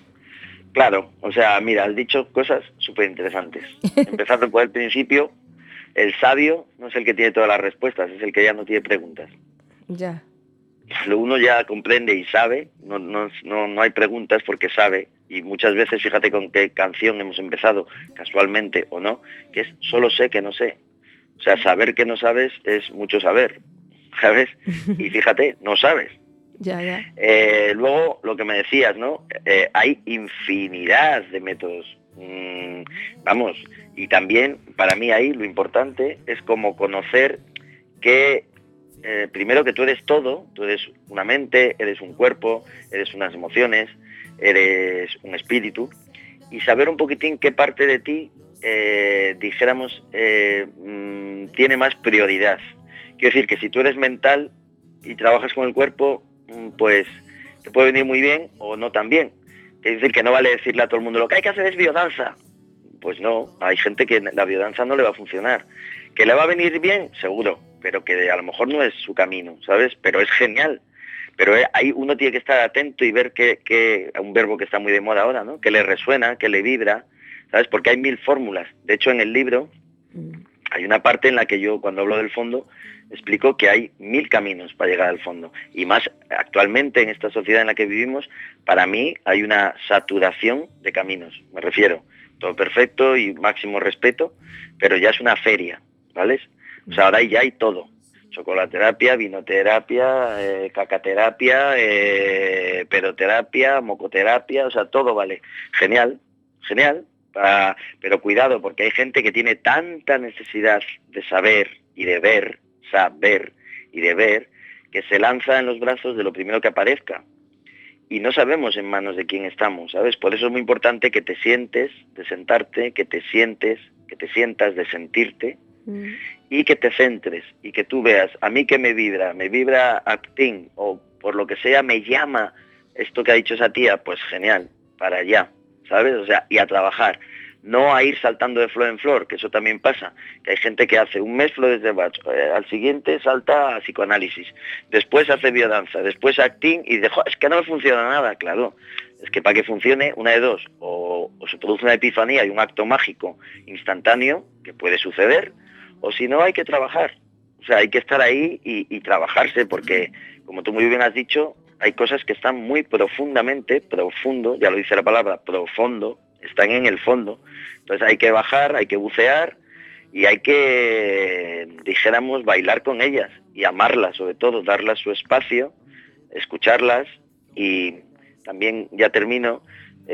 [SPEAKER 4] Claro, o sea, mira, has dicho cosas súper interesantes. Empezando por el principio, el sabio no es el que tiene todas las respuestas, es el que ya no tiene preguntas.
[SPEAKER 1] Ya.
[SPEAKER 4] Lo uno ya comprende y sabe, no, no, no, no hay preguntas porque sabe. Y muchas veces, fíjate con qué canción hemos empezado, casualmente o no, que es solo sé que no sé. O sea, saber que no sabes es mucho saber, ¿sabes? Y fíjate, no sabes.
[SPEAKER 1] Ya, ya.
[SPEAKER 4] Eh, luego, lo que me decías, ¿no? Eh, hay infinidad de métodos. Mm, vamos, y también, para mí ahí, lo importante es como conocer que, eh, primero que tú eres todo, tú eres una mente, eres un cuerpo, eres unas emociones, eres un espíritu, y saber un poquitín qué parte de ti, eh, dijéramos, eh, mmm, tiene más prioridad. Quiero decir que si tú eres mental y trabajas con el cuerpo, pues te puede venir muy bien o no tan bien. Es decir, que no vale decirle a todo el mundo lo que hay que hacer es biodanza. Pues no, hay gente que la biodanza no le va a funcionar. ¿Que le va a venir bien? Seguro, pero que a lo mejor no es su camino, ¿sabes? Pero es genial. Pero ahí uno tiene que estar atento y ver que, que un verbo que está muy de moda ahora, ¿no? Que le resuena, que le vibra, ¿sabes? Porque hay mil fórmulas. De hecho, en el libro hay una parte en la que yo, cuando hablo del fondo, explico que hay mil caminos para llegar al fondo. Y más actualmente, en esta sociedad en la que vivimos, para mí hay una saturación de caminos. Me refiero, todo perfecto y máximo respeto, pero ya es una feria, ¿vale? O sea, ahora ya hay todo. Chocolaterapia, vinoterapia, eh, cacaterapia, eh, pedoterapia, mocoterapia, o sea, todo vale. Genial, genial, para, pero cuidado, porque hay gente que tiene tanta necesidad de saber y de ver, saber y de ver, que se lanza en los brazos de lo primero que aparezca. Y no sabemos en manos de quién estamos, ¿sabes? Por eso es muy importante que te sientes, de sentarte, que te sientes, que te sientas, de sentirte, mm. y que te centres, y que tú veas, a mí que me vibra, me vibra Actin, o por lo que sea me llama esto que ha dicho esa tía, pues genial, para allá, ¿sabes? O sea, y a trabajar. No a ir saltando de flor en flor, que eso también pasa, que hay gente que hace un mes flores de Bach, eh, al siguiente salta a psicoanálisis, después hace biodanza, después Actin y dice, es que no me funciona nada, claro, es que para que funcione, una de dos, o, o se produce una epifanía y un acto mágico instantáneo, que puede suceder, o si no hay que trabajar, o sea, hay que estar ahí y, y trabajarse, porque, como tú muy bien has dicho, hay cosas que están muy profundamente, profundo, ya lo dice la palabra, profundo, están en el fondo. Entonces hay que bajar, hay que bucear y hay que, dijéramos, bailar con ellas y amarlas, sobre todo, darlas su espacio, escucharlas y también, ya termino,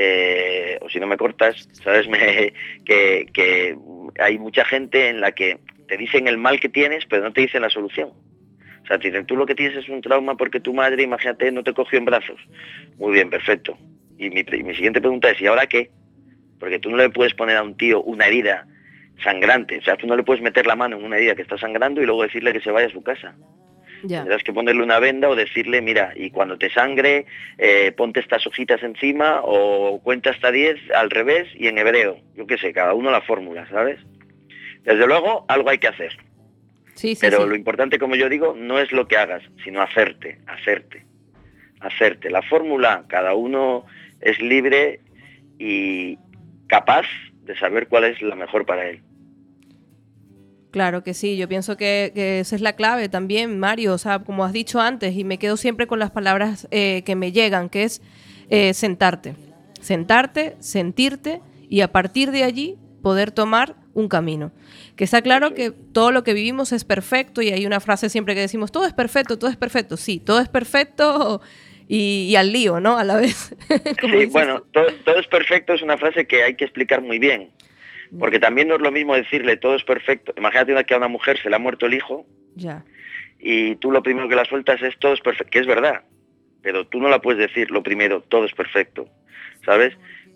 [SPEAKER 4] eh, o si no me cortas, sabes me, que, que hay mucha gente en la que te dicen el mal que tienes, pero no te dicen la solución. O sea, te dicen, tú lo que tienes es un trauma porque tu madre, imagínate, no te cogió en brazos. Muy bien, perfecto. Y mi, mi siguiente pregunta es, ¿y ahora qué? Porque tú no le puedes poner a un tío una herida sangrante, o sea, tú no le puedes meter la mano en una herida que está sangrando y luego decirle que se vaya a su casa.
[SPEAKER 1] Ya.
[SPEAKER 4] Tendrás que ponerle una venda o decirle, mira, y cuando te sangre, eh, ponte estas hojitas encima o cuenta hasta diez al revés y en hebreo. Yo qué sé, cada uno la fórmula, ¿sabes? Desde luego, algo hay que hacer.
[SPEAKER 1] Sí, sí,
[SPEAKER 4] Pero
[SPEAKER 1] sí.
[SPEAKER 4] lo importante, como yo digo, no es lo que hagas, sino hacerte, hacerte, hacerte. La fórmula, cada uno es libre y capaz de saber cuál es la mejor para él.
[SPEAKER 1] Claro que sí, yo pienso que, que esa es la clave también, Mario, o sea, como has dicho antes, y me quedo siempre con las palabras eh, que me llegan, que es eh, sentarte, sentarte, sentirte y a partir de allí poder tomar un camino. Que está claro que todo lo que vivimos es perfecto y hay una frase siempre que decimos, todo es perfecto, todo es perfecto, sí, todo es perfecto y, y al lío, ¿no? A la vez.
[SPEAKER 4] Sí, bueno, todo, todo es perfecto es una frase que hay que explicar muy bien. Porque también no es lo mismo decirle todo es perfecto. Imagínate una que a una mujer se le ha muerto el hijo
[SPEAKER 1] ya.
[SPEAKER 4] Y tú lo primero que la sueltas es todo es perfecto, que es verdad, pero tú no la puedes decir lo primero, todo es perfecto, ¿sabes?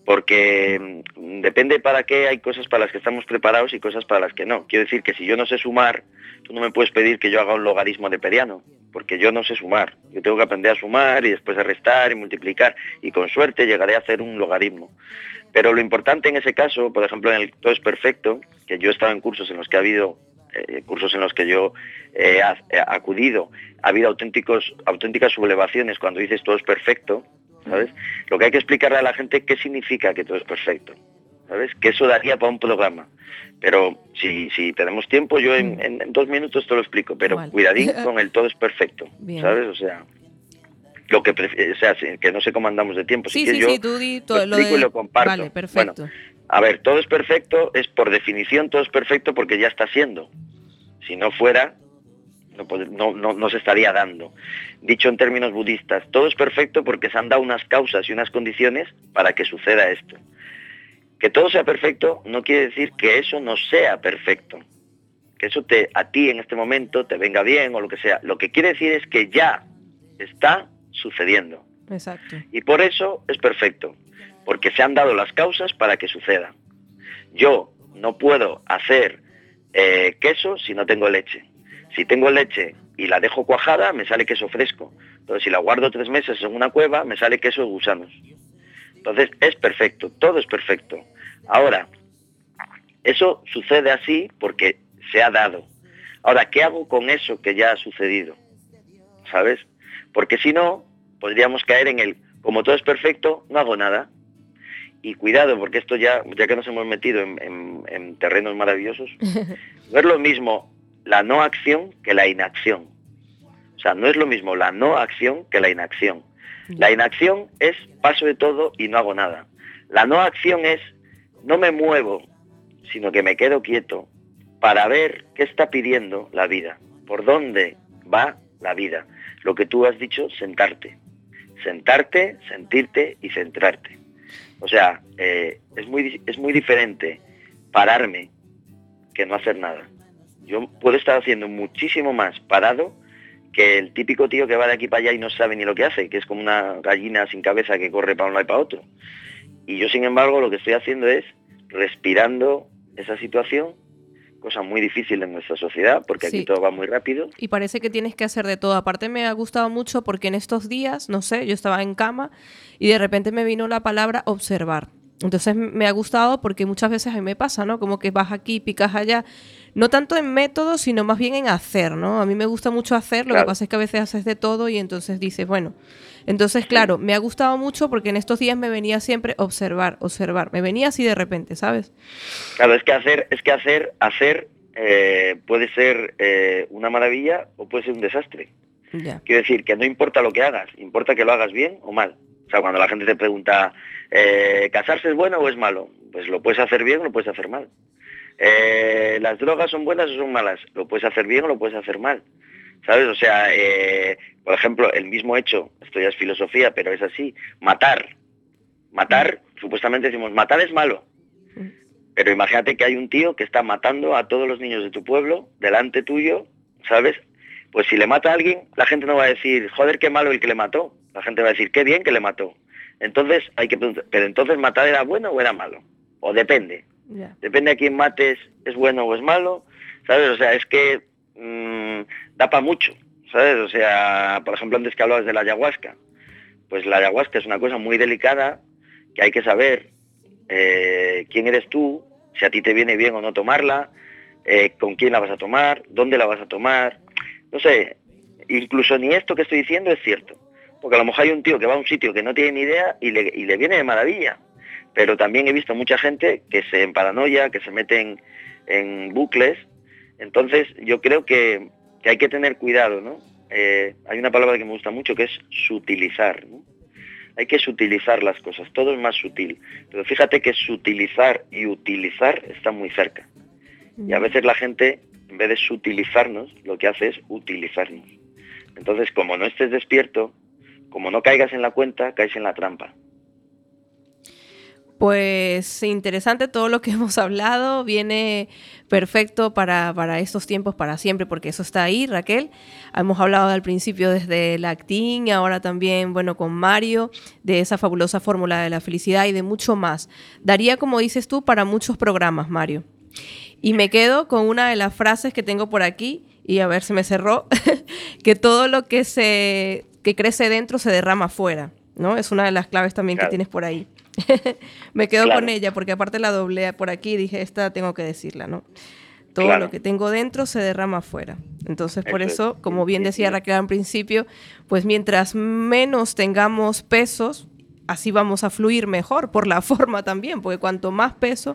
[SPEAKER 4] Porque mmm, depende para qué, hay cosas para las que estamos preparados y cosas para las que no. Quiero decir que si yo no sé sumar, tú no me puedes pedir que yo haga un logaritmo de periano, porque yo no sé sumar. Yo tengo que aprender a sumar y después a restar y multiplicar, y con suerte llegaré a hacer un logaritmo. Pero lo importante en ese caso, por ejemplo, en el todo es perfecto, que yo he estado en cursos en los que ha habido, eh, cursos en los que yo eh, he acudido, ha habido auténticos, auténticas sublevaciones cuando dices todo es perfecto, ¿sabes? Lo que hay que explicarle a la gente qué significa que todo es perfecto, ¿sabes? Que eso daría para un programa. Pero si, si tenemos tiempo, yo en, en, en dos minutos te lo explico, pero vale. Cuidadín con el todo es perfecto, Bien. ¿Sabes? O sea... Lo que, o sea, que no sé cómo andamos de tiempo.
[SPEAKER 1] Sí,
[SPEAKER 4] si
[SPEAKER 1] sí,
[SPEAKER 4] yo
[SPEAKER 1] sí, tú di todo
[SPEAKER 4] lo
[SPEAKER 1] lo
[SPEAKER 4] explico
[SPEAKER 1] de...
[SPEAKER 4] y lo comparto.
[SPEAKER 1] Vale, perfecto.
[SPEAKER 4] Bueno, a ver, todo es perfecto, es por definición todo es perfecto porque ya está siendo. Si no fuera, no, no, no, no se estaría dando. Dicho en términos budistas, todo es perfecto porque se han dado unas causas y unas condiciones para que suceda esto. Que todo sea perfecto no quiere decir que eso no sea perfecto. Que eso te, a ti en este momento te venga bien o lo que sea. Lo que quiere decir es que ya está sucediendo.
[SPEAKER 1] Exacto.
[SPEAKER 4] Y por eso es perfecto, porque se han dado las causas para que suceda. Yo no puedo hacer eh, queso si no tengo leche. Si tengo leche y la dejo cuajada, me sale queso fresco. Entonces, si la guardo tres meses en una cueva, me sale queso de gusanos. Entonces, es perfecto, todo es perfecto. Ahora, eso sucede así porque se ha dado. Ahora, ¿qué hago con eso que ya ha sucedido? ¿Sabes? Porque si no, podríamos caer en el, como todo es perfecto, no hago nada. Y cuidado, porque esto ya, ya que nos hemos metido en, en, en terrenos maravillosos, no es lo mismo la no acción que la inacción. O sea, no es lo mismo la no acción que la inacción. La inacción es paso de todo y no hago nada. La no acción es, no me muevo, sino que me quedo quieto para ver qué está pidiendo la vida, por dónde va la vida. Lo que tú has dicho, sentarte. Sentarte, sentirte y centrarte. O sea, eh, es muy, es muy diferente pararme que no hacer nada. Yo puedo estar haciendo muchísimo más parado que el típico tío que va de aquí para allá y no sabe ni lo que hace, que es como una gallina sin cabeza que corre para un lado y para otro. Y yo, sin embargo, lo que estoy haciendo es respirando esa situación, cosa muy difícil en nuestra sociedad, porque aquí sí. Todo va muy rápido.
[SPEAKER 1] Y parece que tienes que hacer de todo. Aparte me ha gustado mucho porque en estos días, no sé, yo estaba en cama y de repente me vino la palabra observar. Entonces me ha gustado porque muchas veces a mí me pasa, ¿no? Como que vas aquí, picas allá. No tanto en método, sino más bien en hacer, ¿no? A mí me gusta mucho hacer, lo claro. que pasa es que a veces haces de todo y entonces dices, bueno... Entonces, claro, me ha gustado mucho porque en estos días me venía siempre observar, observar. Me venía así de repente, ¿sabes?
[SPEAKER 4] Claro, es que hacer, es que hacer, hacer eh, puede ser eh, una maravilla o puede ser un desastre.
[SPEAKER 1] Ya.
[SPEAKER 4] Quiero decir que no importa lo que hagas, importa que lo hagas bien o mal. O sea, cuando la gente te pregunta, eh, ¿casarse es bueno o es malo? Pues lo puedes hacer bien o lo puedes hacer mal. Eh, ¿Las drogas son buenas o son malas? Lo puedes hacer bien o lo puedes hacer mal. ¿Sabes? O sea, eh, por ejemplo, el mismo hecho, esto ya es filosofía, pero es así, matar. Matar, mm. supuestamente decimos, matar es malo. Mm. Pero imagínate que hay un tío que está matando a todos los niños de tu pueblo, delante tuyo, ¿sabes? Pues si le mata a alguien, la gente no va a decir, joder, qué malo el que le mató. La gente va a decir, qué bien que le mató. Entonces, hay que preguntar, ¿pero entonces matar era bueno o era malo? O depende. Yeah. Depende a quién mates, es bueno o es malo, ¿sabes? O sea, es que... Mmm, da para mucho, ¿sabes? O sea, por ejemplo, antes que hablabas de la ayahuasca, pues la ayahuasca es una cosa muy delicada que hay que saber eh, quién eres tú, si a ti te viene bien o no tomarla, eh, con quién la vas a tomar, dónde la vas a tomar, no sé, incluso ni esto que estoy diciendo es cierto, porque a lo mejor hay un tío que va a un sitio que no tiene ni idea y le, y le viene de maravilla, pero también he visto mucha gente que se emparanoia, que se mete en, en bucles. Entonces yo creo que, que hay que tener cuidado, ¿no? Eh, hay una palabra que me gusta mucho que es sutilizar, ¿no? Hay que sutilizar las cosas, todo es más sutil, pero fíjate que sutilizar y utilizar están muy cerca, y a veces la gente, en vez de sutilizarnos, lo que hace es utilizarnos. Entonces, como no estés despierto, como no caigas en la cuenta, caes en la trampa.
[SPEAKER 1] Pues interesante todo lo que hemos hablado, viene perfecto para, para estos tiempos, para siempre, porque eso está ahí, Raquel. Hemos hablado al principio desde la actin, ahora también, bueno, con Mario, de esa fabulosa fórmula de la felicidad y de mucho más. Daría, como dices tú, para muchos programas, Mario. Y me quedo con una de las frases que tengo por aquí, y a ver, se me cerró, que todo lo que, se, que crece dentro se derrama afuera, ¿no? Es una de las claves también claro. que tienes por ahí. Me quedo claro. con ella porque aparte la doblé por aquí y dije, esta tengo que decirla, ¿no? Todo claro. lo que tengo dentro se derrama afuera. Entonces, por eso, eso como bien decía Raquel al principio, pues mientras menos tengamos pesos, así vamos a fluir mejor por la forma también, porque cuanto más peso,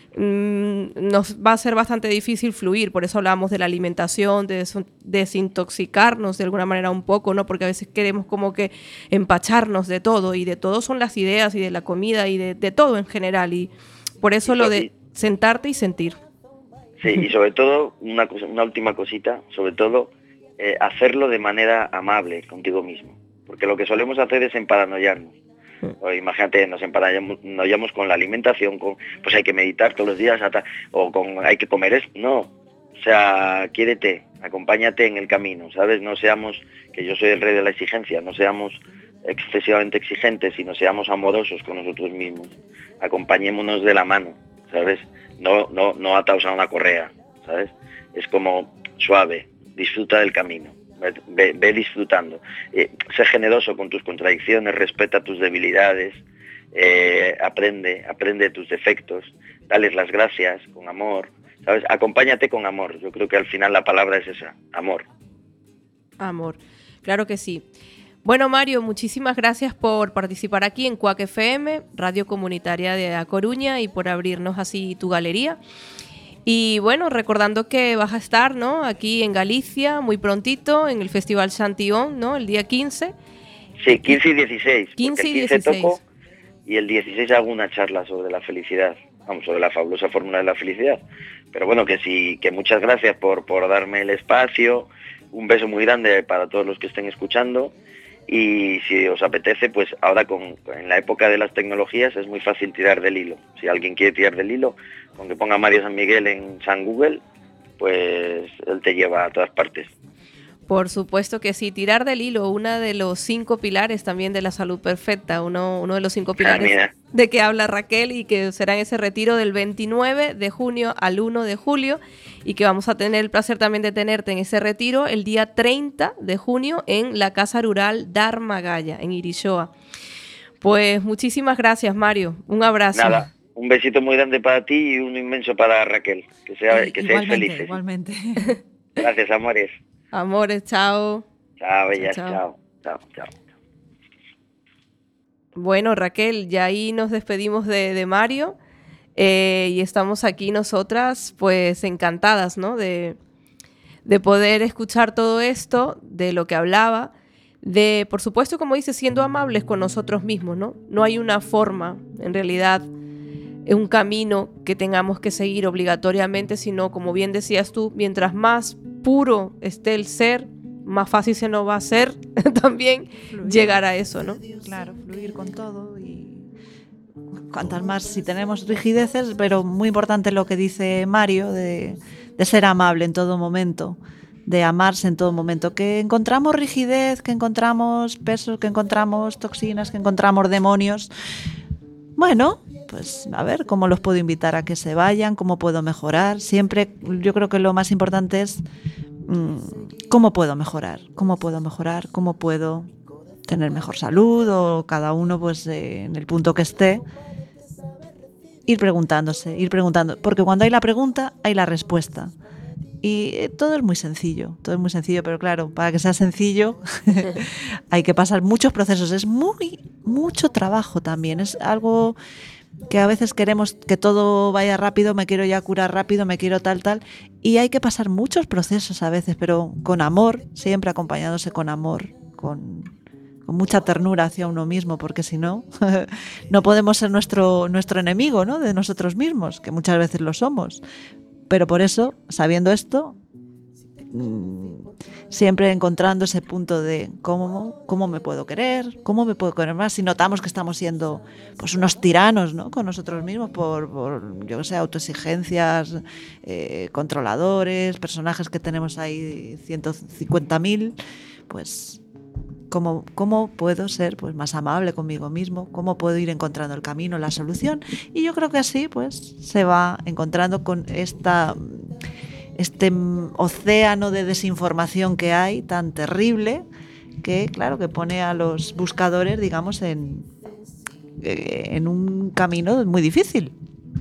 [SPEAKER 1] nos va a ser bastante difícil fluir. Por eso hablábamos de la alimentación, de des- desintoxicarnos de alguna manera un poco, ¿no? Porque a veces queremos como que empacharnos de todo, y de todo son las ideas y de la comida y de, de todo en general, y por eso y lo de sentarte y sentir.
[SPEAKER 4] Sí, y sobre todo, una, cosa, una última cosita, sobre todo, eh, hacerlo de manera amable contigo mismo, porque lo que solemos hacer es emparanoiarnos. O imagínate, nos emparanoiamos con la alimentación, con pues hay que meditar todos los días, hasta, o con hay que comer eso. No, o sea, quiérete, acompáñate en el camino, ¿sabes? No seamos, que yo soy el rey de la exigencia, no seamos excesivamente exigentes, sino seamos amorosos con nosotros mismos. Acompañémonos de la mano, ¿sabes? No, no, no atados a una correa, ¿sabes? Es como suave, disfruta del camino. Ve, ve disfrutando, eh, sé generoso con tus contradicciones, respeta tus debilidades, eh, aprende, aprende de tus defectos, dales las gracias con amor, ¿sabes? Acompáñate con amor, yo creo que al final la palabra es esa, amor.
[SPEAKER 1] Amor, claro que sí. Bueno, Mario, muchísimas gracias por participar aquí en Cuac F M, Radio Comunitaria de A Coruña, y por abrirnos así tu galería. Y bueno, recordando que vas a estar, ¿no?, aquí en Galicia muy prontito en el Festival Xantión, ¿no?, el día quince.
[SPEAKER 4] Sí, quince y dieciséis.
[SPEAKER 1] quince y
[SPEAKER 4] dieciséis
[SPEAKER 1] dieciséis.
[SPEAKER 4] Toco, y el dieciséis hago una charla sobre la felicidad, vamos, sobre la fabulosa fórmula de la felicidad. Pero bueno, que sí, que muchas gracias por, por darme el espacio, un beso muy grande para todos los que estén escuchando. Y si os apetece, pues ahora con, en la época de las tecnologías es muy fácil tirar del hilo. Si alguien quiere tirar del hilo, con que ponga Mario San Miguel en San Google, pues él te lleva a todas partes.
[SPEAKER 1] Por supuesto que sí, tirar del hilo, uno de los cinco pilares también de la salud perfecta, uno, uno de los cinco pilares ah, de que habla Raquel, y que será en ese retiro del veintinueve de junio al uno de julio, y que vamos a tener el placer también de tenerte en ese retiro el día treinta de junio en la Casa Rural Darmagaya, en Irishoa. Pues muchísimas gracias, Mario, un abrazo.
[SPEAKER 4] Nada, un besito muy grande para ti y uno inmenso para Raquel, que, sea, que seáis felices.
[SPEAKER 2] Igualmente.
[SPEAKER 4] Gracias, amores.
[SPEAKER 1] Amores, chao.
[SPEAKER 4] Chao, bellas, chao. Chao, chao.
[SPEAKER 1] Bueno, Raquel, ya ahí nos despedimos de, de Mario, eh, y estamos aquí nosotras pues encantadas, ¿no?, de, de poder escuchar todo esto, de lo que hablaba, de, por supuesto, como dice, siendo amables con nosotros mismos, ¿no? No hay una forma, en realidad, un camino que tengamos que seguir obligatoriamente, sino, como bien decías tú, mientras más puro esté el ser, más fácil se nos va a hacer también fluir, llegar a eso, ¿no?
[SPEAKER 2] Claro, fluir con todo, y cuantas más, si tenemos rigideces, pero muy importante lo que dice Mario, de, de ser amable en todo momento, de amarse en todo momento, que encontramos rigidez, que encontramos pesos, que encontramos toxinas, que encontramos demonios. Bueno, pues a ver cómo los puedo invitar a que se vayan, cómo puedo mejorar. Siempre yo creo que lo más importante es mmm, ¿cómo puedo mejorar? ¿Cómo puedo mejorar? ¿Cómo puedo tener mejor salud? O cada uno, pues, eh, en el punto que esté, ir preguntándose, ir preguntando. Porque cuando hay la pregunta, hay la respuesta. Y eh, todo es muy sencillo, todo es muy sencillo, pero claro, para que sea sencillo hay que pasar muchos procesos. Es muy, mucho trabajo también. Es algo que a veces queremos que todo vaya rápido, me quiero ya curar rápido, me quiero tal, tal. Y hay que pasar muchos procesos a veces, pero con amor, siempre acompañándose con amor, con, con mucha ternura hacia uno mismo, porque si no, no podemos ser nuestro, nuestro enemigo, ¿no? De nosotros mismos, que muchas veces lo somos. Pero por eso, sabiendo esto, siempre encontrando ese punto de cómo, cómo me puedo querer, cómo me puedo querer más. Si notamos que estamos siendo, pues, unos tiranos, ¿no?, con nosotros mismos por, por yo qué sé, autoexigencias, eh, controladores, personajes que tenemos ahí ciento cincuenta mil, pues ¿cómo, cómo puedo ser, pues, más amable conmigo mismo? ¿Cómo puedo ir encontrando el camino, la solución? Y yo creo que así, pues, se va encontrando con esta... este océano de desinformación que hay tan terrible, que claro, que pone a los buscadores, digamos, en, en un camino muy difícil.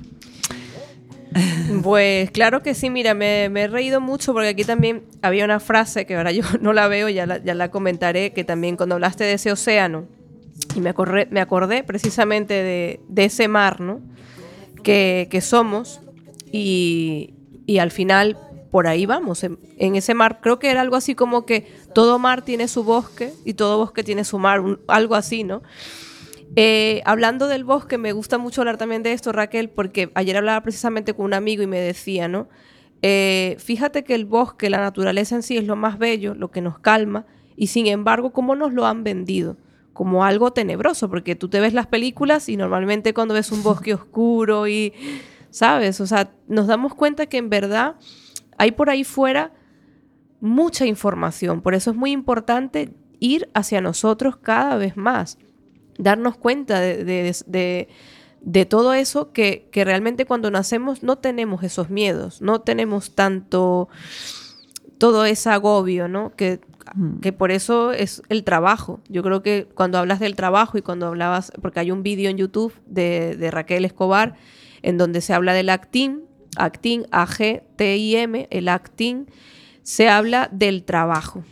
[SPEAKER 1] Pues claro que sí, mira, me, me he reído mucho porque aquí también había una frase que ahora yo no la veo, ya la, ya la comentaré, que también cuando hablaste de ese océano, y me acordé, me acordé precisamente de, de ese mar, ¿no?, que, que somos, y, y al final por ahí vamos, en, en ese mar. Creo que era algo así como que todo mar tiene su bosque y todo bosque tiene su mar, un, algo así, ¿no? Eh, hablando del bosque, me gusta mucho hablar también de esto, Raquel, porque ayer hablaba precisamente con un amigo y me decía, ¿no? Eh, fíjate que el bosque, la naturaleza en sí es lo más bello, lo que nos calma, y sin embargo, ¿cómo nos lo han vendido? Como algo tenebroso, porque tú te ves las películas y normalmente cuando ves un bosque oscuro y, ¿sabes? O sea, nos damos cuenta que en verdad hay por ahí fuera mucha información. Por eso es muy importante ir hacia nosotros cada vez más, darnos cuenta de, de, de, de todo eso que, que realmente cuando nacemos no tenemos esos miedos, no tenemos tanto todo ese agobio, ¿no? Que, que por eso es el trabajo. Yo creo que cuando hablas del trabajo y cuando hablabas, porque hay un vídeo en YouTube de, de Raquel Escobar en donde se habla del acting, acting, A G T I M, el acting, se habla del trabajo.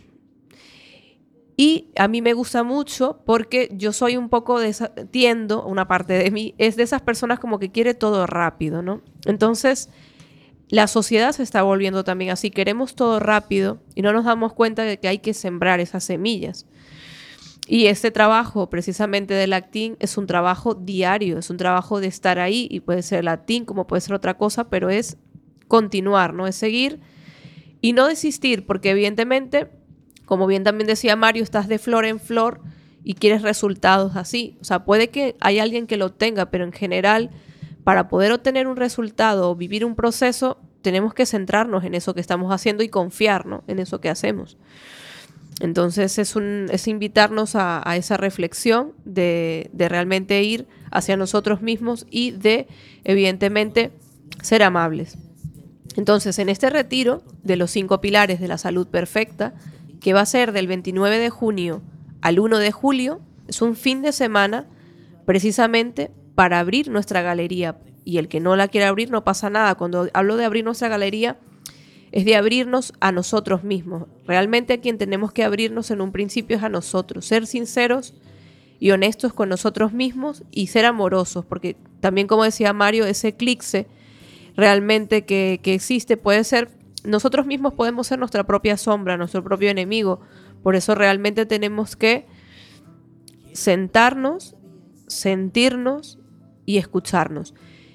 [SPEAKER 1] Y a mí me gusta mucho porque yo soy un poco de esa, tiendo, una parte de mí, es de esas personas como que quiere todo rápido, ¿no? Entonces, la sociedad se está volviendo también así. Queremos todo rápido y no nos damos cuenta de que hay que sembrar esas semillas. Y este trabajo, precisamente del acting, es un trabajo diario, es un trabajo de estar ahí, y puede ser el acting como puede ser otra cosa, pero es continuar, ¿no? Es seguir y no desistir, porque evidentemente, como bien también decía Mario, estás de flor en flor y quieres resultados así. O sea, puede que haya alguien que lo tenga, pero en general, para poder obtener un resultado o vivir un proceso, tenemos que centrarnos en eso que estamos haciendo y confiar, ¿no?, en eso que hacemos. Entonces es, un, es invitarnos a, a esa reflexión de, de realmente ir hacia nosotros mismos y de, evidentemente, ser amables. Entonces, en este retiro de los cinco pilares de la salud perfecta, que va a ser del veintinueve de junio al uno de julio, es un fin de semana precisamente para abrir nuestra galería. Y el que no la quiera abrir no pasa nada. Cuando hablo de abrir nuestra galería, es de abrirnos a nosotros mismos. Realmente a quien tenemos que abrirnos en un principio es a nosotros. Ser sinceros y honestos con nosotros mismos y ser amorosos. Porque también, como decía Mario, ese eclipse realmente que, que existe puede ser... Nosotros mismos podemos ser nuestra propia sombra, nuestro propio enemigo. Por eso realmente tenemos que sentarnos, sentirnos y escucharnos.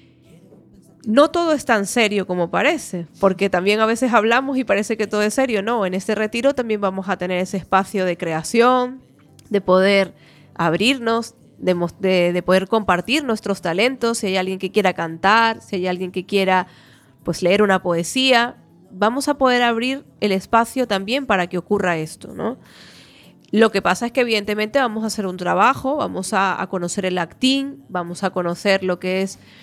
[SPEAKER 1] No todo es tan serio como parece, porque también a veces hablamos y parece que todo es serio. No, en este retiro también vamos a tener ese espacio de creación, de poder abrirnos, de, de, de poder compartir nuestros talentos. Si hay alguien que quiera cantar, si hay alguien que quiera, pues, leer una poesía, vamos a poder abrir el espacio también para que ocurra esto, ¿no? Lo que pasa es que evidentemente vamos a hacer un trabajo, vamos a, a conocer el acting, vamos a conocer lo que es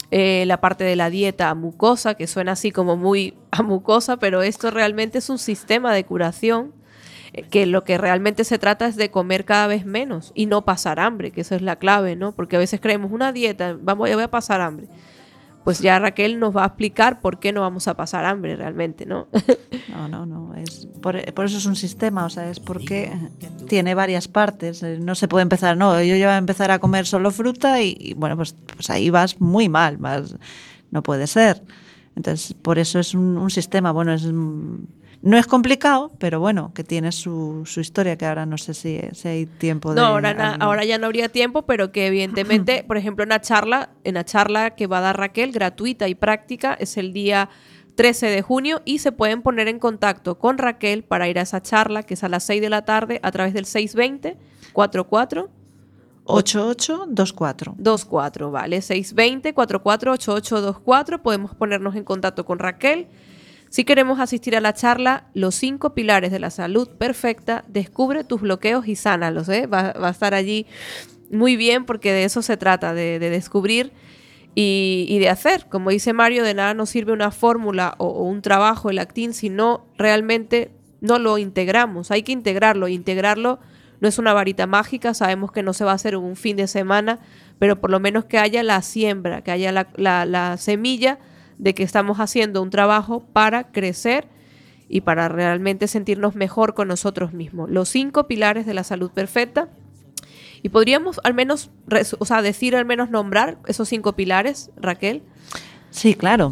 [SPEAKER 1] eh, la parte de la dieta mucosa, que suena así como muy a mucosa, pero esto realmente es un sistema de curación, eh, que lo que realmente se trata es de comer cada vez menos y no pasar hambre, que esa es la clave, ¿no? Porque a veces creemos una dieta, vamos, yo voy a pasar hambre. Pues ya Raquel nos va a explicar por qué no vamos a pasar hambre realmente, ¿no?
[SPEAKER 2] No, no, no. Es por, por eso es un sistema, o sea, es porque tiene varias partes. No se puede empezar, no, yo ya voy a empezar a comer solo fruta y, y bueno, pues, pues ahí vas muy mal, vas, no puede ser. Entonces, por eso es un, un sistema, bueno, es... No es complicado, pero bueno, que tiene su, su historia, que ahora no sé si, si hay tiempo de...
[SPEAKER 1] No, ahora, na, ahora ya no habría tiempo, pero que evidentemente, por ejemplo, en la charla, en la charla que va a dar Raquel, gratuita y práctica, es el día trece de junio y se pueden poner en contacto con Raquel para ir a esa charla, que es a las seis de la tarde, a través del seis dos cero, cuatro cuatro...
[SPEAKER 2] ocho ocho dos cuatro.
[SPEAKER 1] dos cuatro, vale. seis dos cero, cuatro cuatro, ocho ocho dos cuatro. Podemos ponernos en contacto con Raquel. Si queremos asistir a la charla, Los cinco pilares de la salud perfecta, descubre tus bloqueos y sánalos, ¿eh? Va, va a estar allí muy bien porque de eso se trata, de, de descubrir y, y de hacer. Como dice Mario, de nada nos sirve una fórmula o, o un trabajo, el Actin, si no realmente no lo integramos. Hay que integrarlo. Integrarlo no es una varita mágica, sabemos que no se va a hacer en un fin de semana, pero por lo menos que haya la siembra, que haya la, la, la semilla de que estamos haciendo un trabajo para crecer y para realmente sentirnos mejor con nosotros mismos. Los cinco pilares de la salud perfecta. Y podríamos al menos, o sea, decir, al menos nombrar esos cinco pilares, Raquel.
[SPEAKER 2] Sí, claro.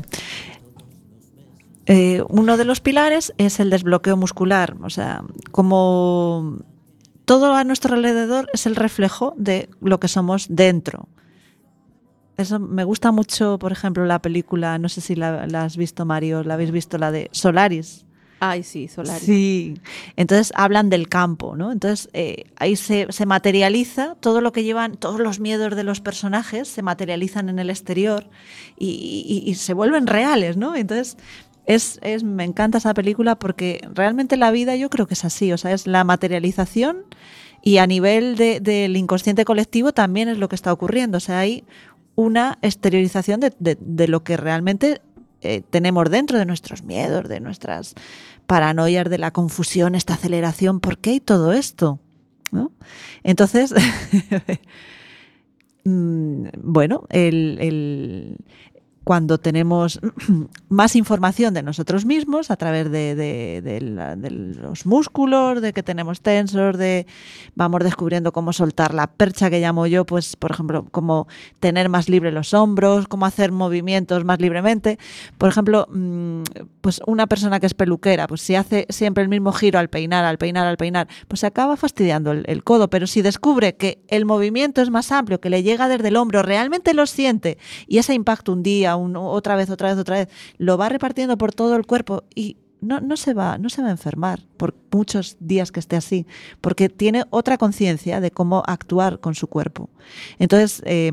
[SPEAKER 2] Eh, uno de los pilares es el desbloqueo muscular. O sea, como todo a nuestro alrededor es el reflejo de lo que somos dentro. Eso me gusta mucho, por ejemplo, la película, no sé si la, la has visto, Mario, la habéis visto, la de Solaris.
[SPEAKER 1] Ay, sí, Solaris.
[SPEAKER 2] Sí, entonces hablan del campo, ¿no? Entonces eh, ahí se, se materializa todo lo que llevan, todos los miedos de los personajes se materializan en el exterior y, y, y se vuelven reales, ¿no? Entonces es, es, me encanta esa película porque realmente la vida yo creo que es así, o sea, es la materialización y a nivel de, del inconsciente colectivo también es lo que está ocurriendo, o sea, hay una exteriorización de, de, de lo que realmente eh, tenemos dentro, de nuestros miedos, de nuestras paranoias, de la confusión, esta aceleración. ¿Por qué hay todo esto? ¿No? Entonces, bueno, el, el, cuando tenemos más información de nosotros mismos a través de, de, de, la, de los músculos, de que tenemos tensos, de vamos descubriendo cómo soltar la percha que llamo yo, pues por ejemplo, cómo tener más libre los hombros, cómo hacer movimientos más libremente. Por ejemplo, pues una persona que es peluquera, pues si hace siempre el mismo giro al peinar, al peinar, al peinar, pues se acaba fastidiando el, el codo, pero si descubre que el movimiento es más amplio, que le llega desde el hombro, realmente lo siente y ese impacto un día, Un, otra vez, otra vez, otra vez, lo va repartiendo por todo el cuerpo y no, no, se va, no se va a enfermar por muchos días que esté así, porque tiene otra conciencia de cómo actuar con su cuerpo. Entonces, eh,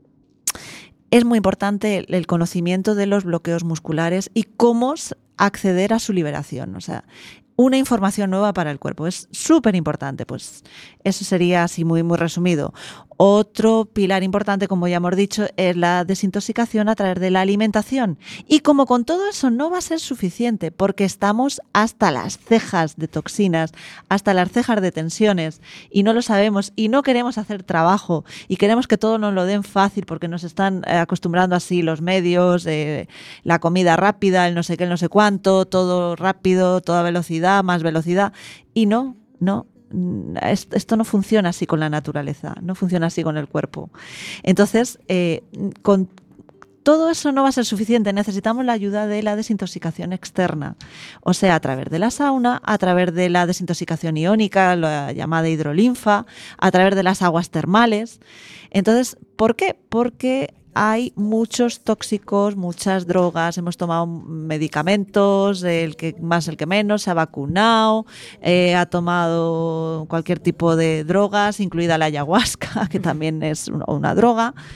[SPEAKER 2] es muy importante el conocimiento de los bloqueos musculares y cómo acceder a su liberación. O sea, una información nueva para el cuerpo. Es súper importante, pues eso sería así muy, muy resumido. Otro pilar importante, como ya hemos dicho, es la desintoxicación a través de la alimentación. Y como con todo eso no va a ser suficiente, porque estamos hasta las cejas de toxinas, hasta las cejas de tensiones, y no lo sabemos, y no queremos hacer trabajo, y queremos que todo nos lo den fácil, porque nos están acostumbrando así los medios, eh, la comida rápida, el no sé qué, el no sé cuánto, todo rápido, toda velocidad, más velocidad, y no, no. Esto no funciona así con la naturaleza, no funciona así con el cuerpo. Entonces, eh, con todo eso no va a ser suficiente, necesitamos la ayuda de la desintoxicación externa, o sea, a través de la sauna, a través de la desintoxicación iónica, la llamada hidrolinfa, a través de las aguas termales. Entonces, ¿por qué? Porque hay muchos tóxicos, muchas drogas, hemos tomado medicamentos, el que más, el que menos, se ha vacunado, eh, ha tomado cualquier tipo de drogas, incluida la ayahuasca, que también es una, una droga.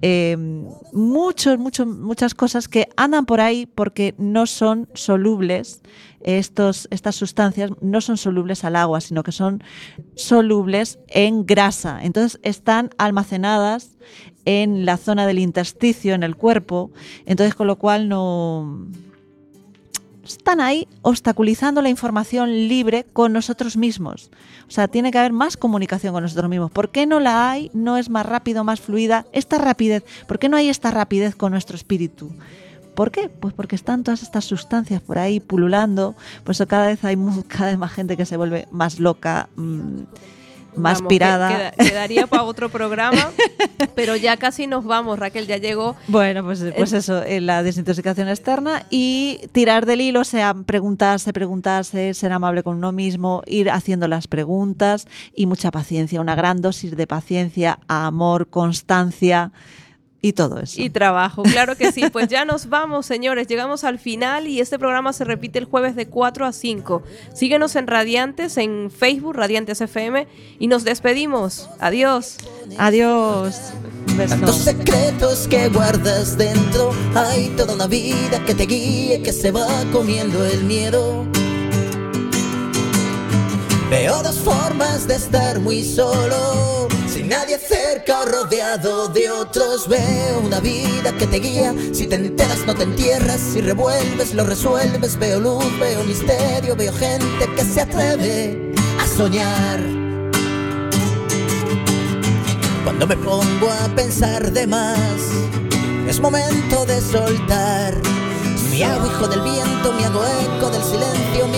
[SPEAKER 2] eh, muchos, muchos, muchas cosas que andan por ahí porque no son solubles. Estos, estas sustancias no son solubles al agua, sino que son solubles en grasa. Entonces están almacenadas en la zona del intersticio, en el cuerpo. Entonces, con lo cual no... están ahí obstaculizando la información libre con nosotros mismos. O sea, tiene que haber más comunicación con nosotros mismos. ¿Por qué no la hay? ¿No es más rápido, más fluida? Esta rapidez. ¿Por qué no hay esta rapidez con nuestro espíritu? ¿Por qué? Pues porque están todas estas sustancias por ahí pululando. Por eso cada vez hay muy, cada vez más gente que se vuelve más loca, mmm, más
[SPEAKER 1] vamos,
[SPEAKER 2] pirada.
[SPEAKER 1] Que, queda, quedaría para otro programa, pero ya casi nos vamos, Raquel, ya llegó.
[SPEAKER 2] Bueno, pues, pues eso, la desintoxicación externa y tirar del hilo, o sea, preguntarse, preguntarse, ser amable con uno mismo, ir haciendo las preguntas y mucha paciencia, una gran dosis de paciencia, amor, constancia y todo eso.
[SPEAKER 1] Y trabajo, claro que sí. Pues ya nos vamos, señores. Llegamos al final y este programa se repite el jueves de cuatro a cinco. Síguenos en Radiantes, en Facebook, Radiantes F M, y nos despedimos. Adiós.
[SPEAKER 2] Adiós. Un beso.
[SPEAKER 3] Tantos secretos que guardas dentro, hay toda una vida que te guía y que se va comiendo el miedo. Veo dos formas de estar muy solo, sin nadie cerca o rodeado de otros. Veo una vida que te guía, si te enteras no te entierras, si revuelves lo resuelves. Veo luz, veo misterio, veo gente que se atreve a soñar. Cuando me pongo a pensar de más, es momento de soltar. Me hago hijo del viento, me hago eco del silencio, me